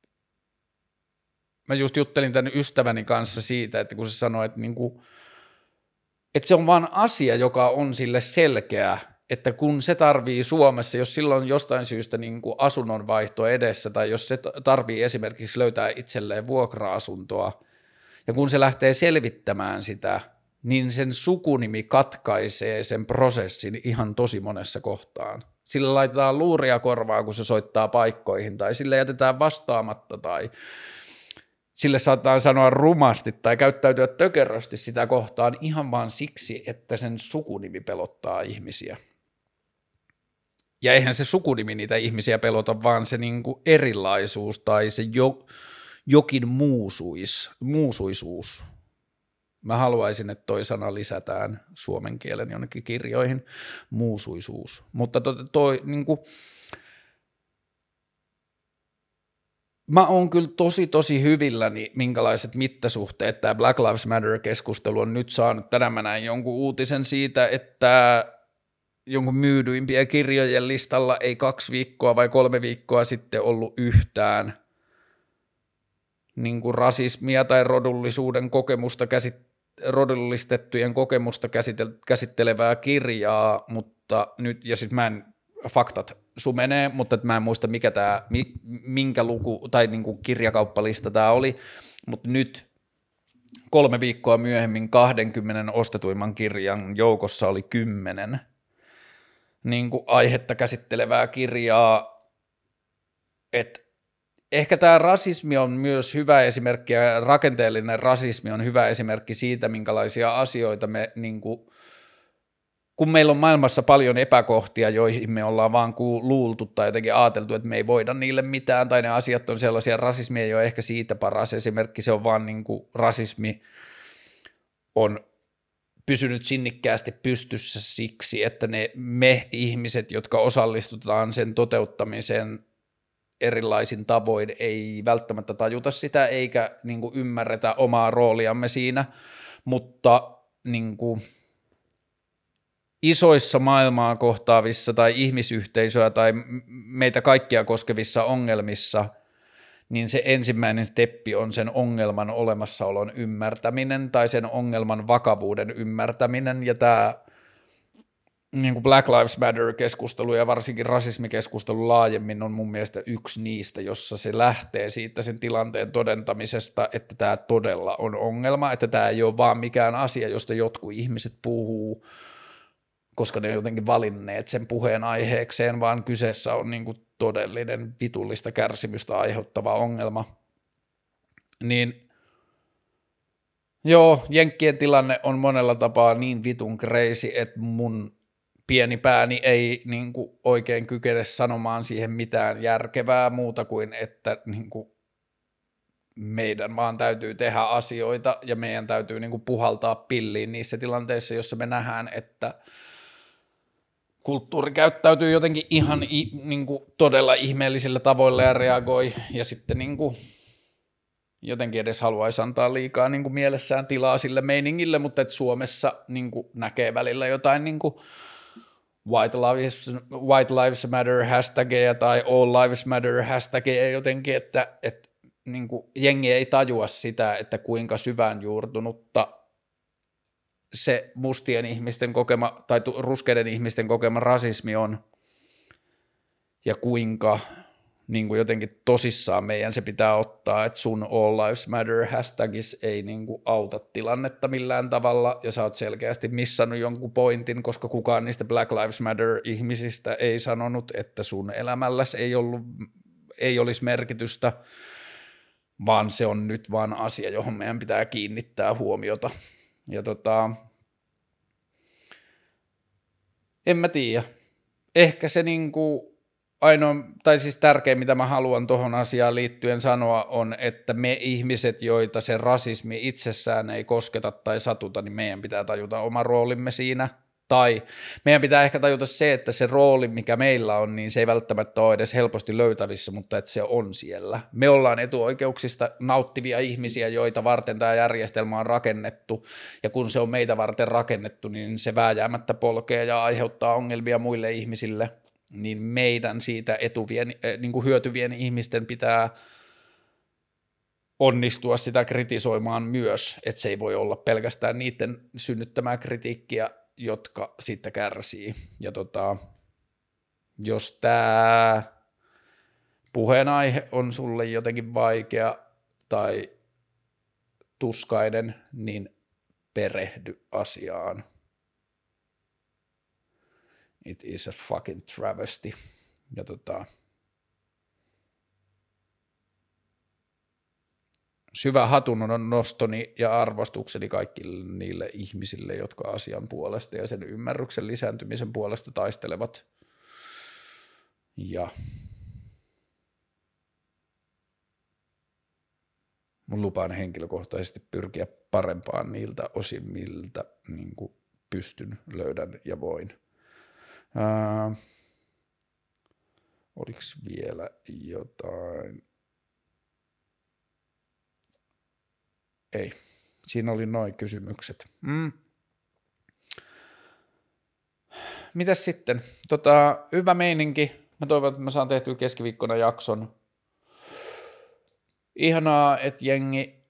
mä just juttelin tämän ystäväni kanssa siitä, että kun se sanoi, että, niin kuin, että se on vaan asia, joka on sille selkeä, että kun se tarvii Suomessa, jos sillä on jostain syystä niin kuin asunnonvaihto edessä, tai jos se tarvii esimerkiksi löytää itselleen vuokra-asuntoa, ja kun se lähtee selvittämään sitä, niin sen sukunimi katkaisee sen prosessin ihan tosi monessa kohtaan. Sillä laitetaan luuria korvaan, kun se soittaa paikkoihin, tai sillä jätetään vastaamatta, tai sille saattaa sanoa rumasti tai käyttäytyä tökerösti sitä kohtaan ihan vaan siksi, että sen sukunimi pelottaa ihmisiä. Ja eihän se sukunimi niitä ihmisiä pelota, vaan se niinku erilaisuus tai se jokin muusuisuus. Mä haluaisin, että toi sana lisätään suomen kielen jonnekin kirjoihin, muusuisuus. Mutta niinku, mä oon kyllä tosi hyvilläni, minkälaiset mittasuhteet tämä Black Lives Matter-keskustelu on nyt saanut. Tänään mä näin jonkun uutisen siitä, että jonkun myydyimpien kirjojen listalla ei 2 viikkoa vai 3 viikkoa sitten ollut yhtään niin kuin rasismia tai rodullistettujen kokemusta käsittelevää kirjaa, mutta nyt, ja siis mä en, faktat sumenee, mutta mä en muista minkä luku tai niin kuin kirjakauppalista tämä oli, mutta nyt 3 viikkoa myöhemmin 20 ostetuimman kirjan joukossa oli 10 niin kuin aihetta käsittelevää kirjaa, että ehkä tämä rasismi on myös hyvä esimerkki ja rakenteellinen rasismi on hyvä esimerkki siitä, minkälaisia asioita me, niin kuin, kun meillä on maailmassa paljon epäkohtia, joihin me ollaan vaan luultu tai jotenkin ajateltu, että me ei voida niille mitään tai ne asiat on sellaisia, rasismi ei ole ehkä siitä paras esimerkki, se on vaan niin kuin rasismi on pysynyt sinnikkäästi pystyssä siksi, että me ihmiset, jotka osallistutaan sen toteuttamiseen erilaisin tavoin, ei välttämättä tajuta sitä eikä niin kuin ymmärretä omaa rooliamme siinä, mutta niin kuin isoissa maailmaa kohtaavissa tai ihmisyhteisöä tai meitä kaikkia koskevissa ongelmissa, niin se ensimmäinen steppi on sen ongelman olemassaolon ymmärtäminen tai sen ongelman vakavuuden ymmärtäminen, ja tämä niin kuin Black Lives Matter-keskustelu ja varsinkin rasismikeskustelu laajemmin on mun mielestä yksi niistä, jossa se lähtee siitä sen tilanteen todentamisesta, että tämä todella on ongelma, että tämä ei ole vaan mikään asia, josta jotkut ihmiset puhuu, koska ne on jotenkin valinneet sen puheen aiheekseen, vaan kyseessä on niin kuin todellinen vitullista kärsimystä aiheuttava ongelma. Niin joo, jenkkien tilanne on monella tapaa niin vitun crazy, että mun pieni pääni ei niin kuin oikein kykene sanomaan siihen mitään järkevää muuta kuin, että niin kuin meidän vaan täytyy tehdä asioita ja meidän täytyy niin kuin puhaltaa pilliin niissä tilanteissa, jossa me nähdään, että kulttuuri käyttäytyy jotenkin ihan niin kuin todella ihmeellisillä tavoilla ja reagoi, ja sitten niin kuin jotenkin edes haluaisi antaa liikaa niin kuin mielessään tilaa sille meiningille, mutta että Suomessa niin kuin näkee välillä jotain niin kuin White Lives Matter hashtageja tai All Lives Matter hashtageja jotenkin, että niin kuin jengi ei tajua sitä, että kuinka syvään juurtunutta se mustien ihmisten kokema tai ruskeiden ihmisten kokema rasismi on ja kuinka niin kuin jotenkin tosissaan meidän se pitää ottaa, että sun All Lives Matter hashtagis ei niin kuin auta tilannetta millään tavalla ja sä oot selkeästi missannut jonkun pointin, koska kukaan niistä Black Lives Matter ihmisistä ei sanonut, että sun elämälläsi ei olisi merkitystä, vaan se on nyt vaan asia, johon meidän pitää kiinnittää huomiota. Ja en mä tiedä. Ehkä se niinku ainoa, tai siis tärkein, mitä mä haluan tohon asiaan liittyen sanoa, on, että me ihmiset, joita se rasismi itsessään ei kosketa tai satuta, niin meidän pitää tajuta oma roolimme siinä. Tai meidän pitää ehkä tajuta se, että se rooli, mikä meillä on, niin se ei välttämättä ole edes helposti löytävissä, mutta että se on siellä. Me ollaan etuoikeuksista nauttivia ihmisiä, joita varten tämä järjestelmä on rakennettu, ja kun se on meitä varten rakennettu, niin se vääjäämättä polkee ja aiheuttaa ongelmia muille ihmisille, niin meidän siitä niin kuin hyötyvien ihmisten pitää onnistua sitä kritisoimaan myös, että se ei voi olla pelkästään niiden synnyttämää kritiikkiä, jotka siitä kärsii. Ja jos tämä puheenaihe on sulle jotenkin vaikea tai tuskainen, niin perehdy asiaan. It is a fucking travesty. Ja Syvä hatunnon nostoni ja arvostukseni kaikille niille ihmisille, jotka asian puolesta ja sen ymmärryksen lisääntymisen puolesta taistelevat. Ja mun lupaan henkilökohtaisesti pyrkiä parempaan niiltä osin, miltä niin kuin pystyn, löydän ja voin. Oliko vielä jotain? Ei. Siinä oli noin kysymykset. Mitäs sitten? Hyvä meininki. Mä toivon, että mä saan tehtyä keskiviikkona jakson. Ihanaa, että jengi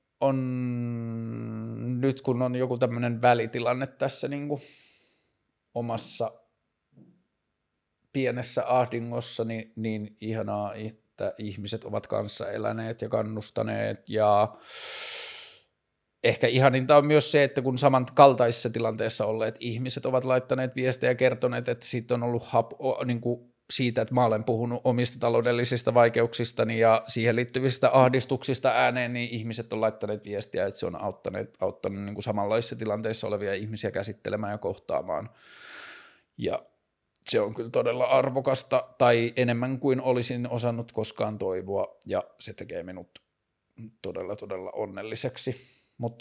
on nyt, kun on joku tämmöinen välitilanne tässä niin kuin omassa pienessä ahdingossa, niin ihanaa, että ihmiset ovat kanssa eläneet ja kannustaneet ja ehkä ihaninta on myös se, että kun samankaltaisessa tilanteessa olleet ihmiset ovat laittaneet viestejä ja kertoneet, että siitä on ollut niin kuin siitä, että mä olen puhunut omista taloudellisista vaikeuksistani ja siihen liittyvistä ahdistuksista ääneen, niin ihmiset on laittaneet viestiä, että se on auttanut niin kuin samanlaisissa tilanteissa olevia ihmisiä käsittelemään ja kohtaamaan. Ja se on kyllä todella arvokasta tai enemmän kuin olisin osannut koskaan toivoa ja se tekee minut todella, todella onnelliseksi. Mutta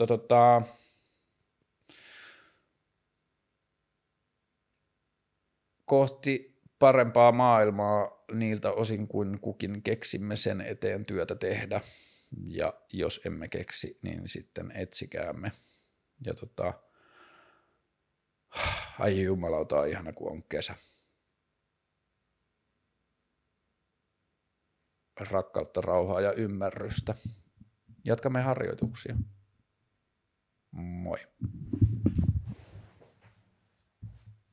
kohti parempaa maailmaa niiltä osin kuin kukin keksimme sen eteen työtä tehdä ja jos emme keksi, niin sitten etsikäämme. Ja ai jumalauta, on ihana kun on kesä. Rakkautta, rauhaa ja ymmärrystä. Jatkamme harjoituksia. Moi.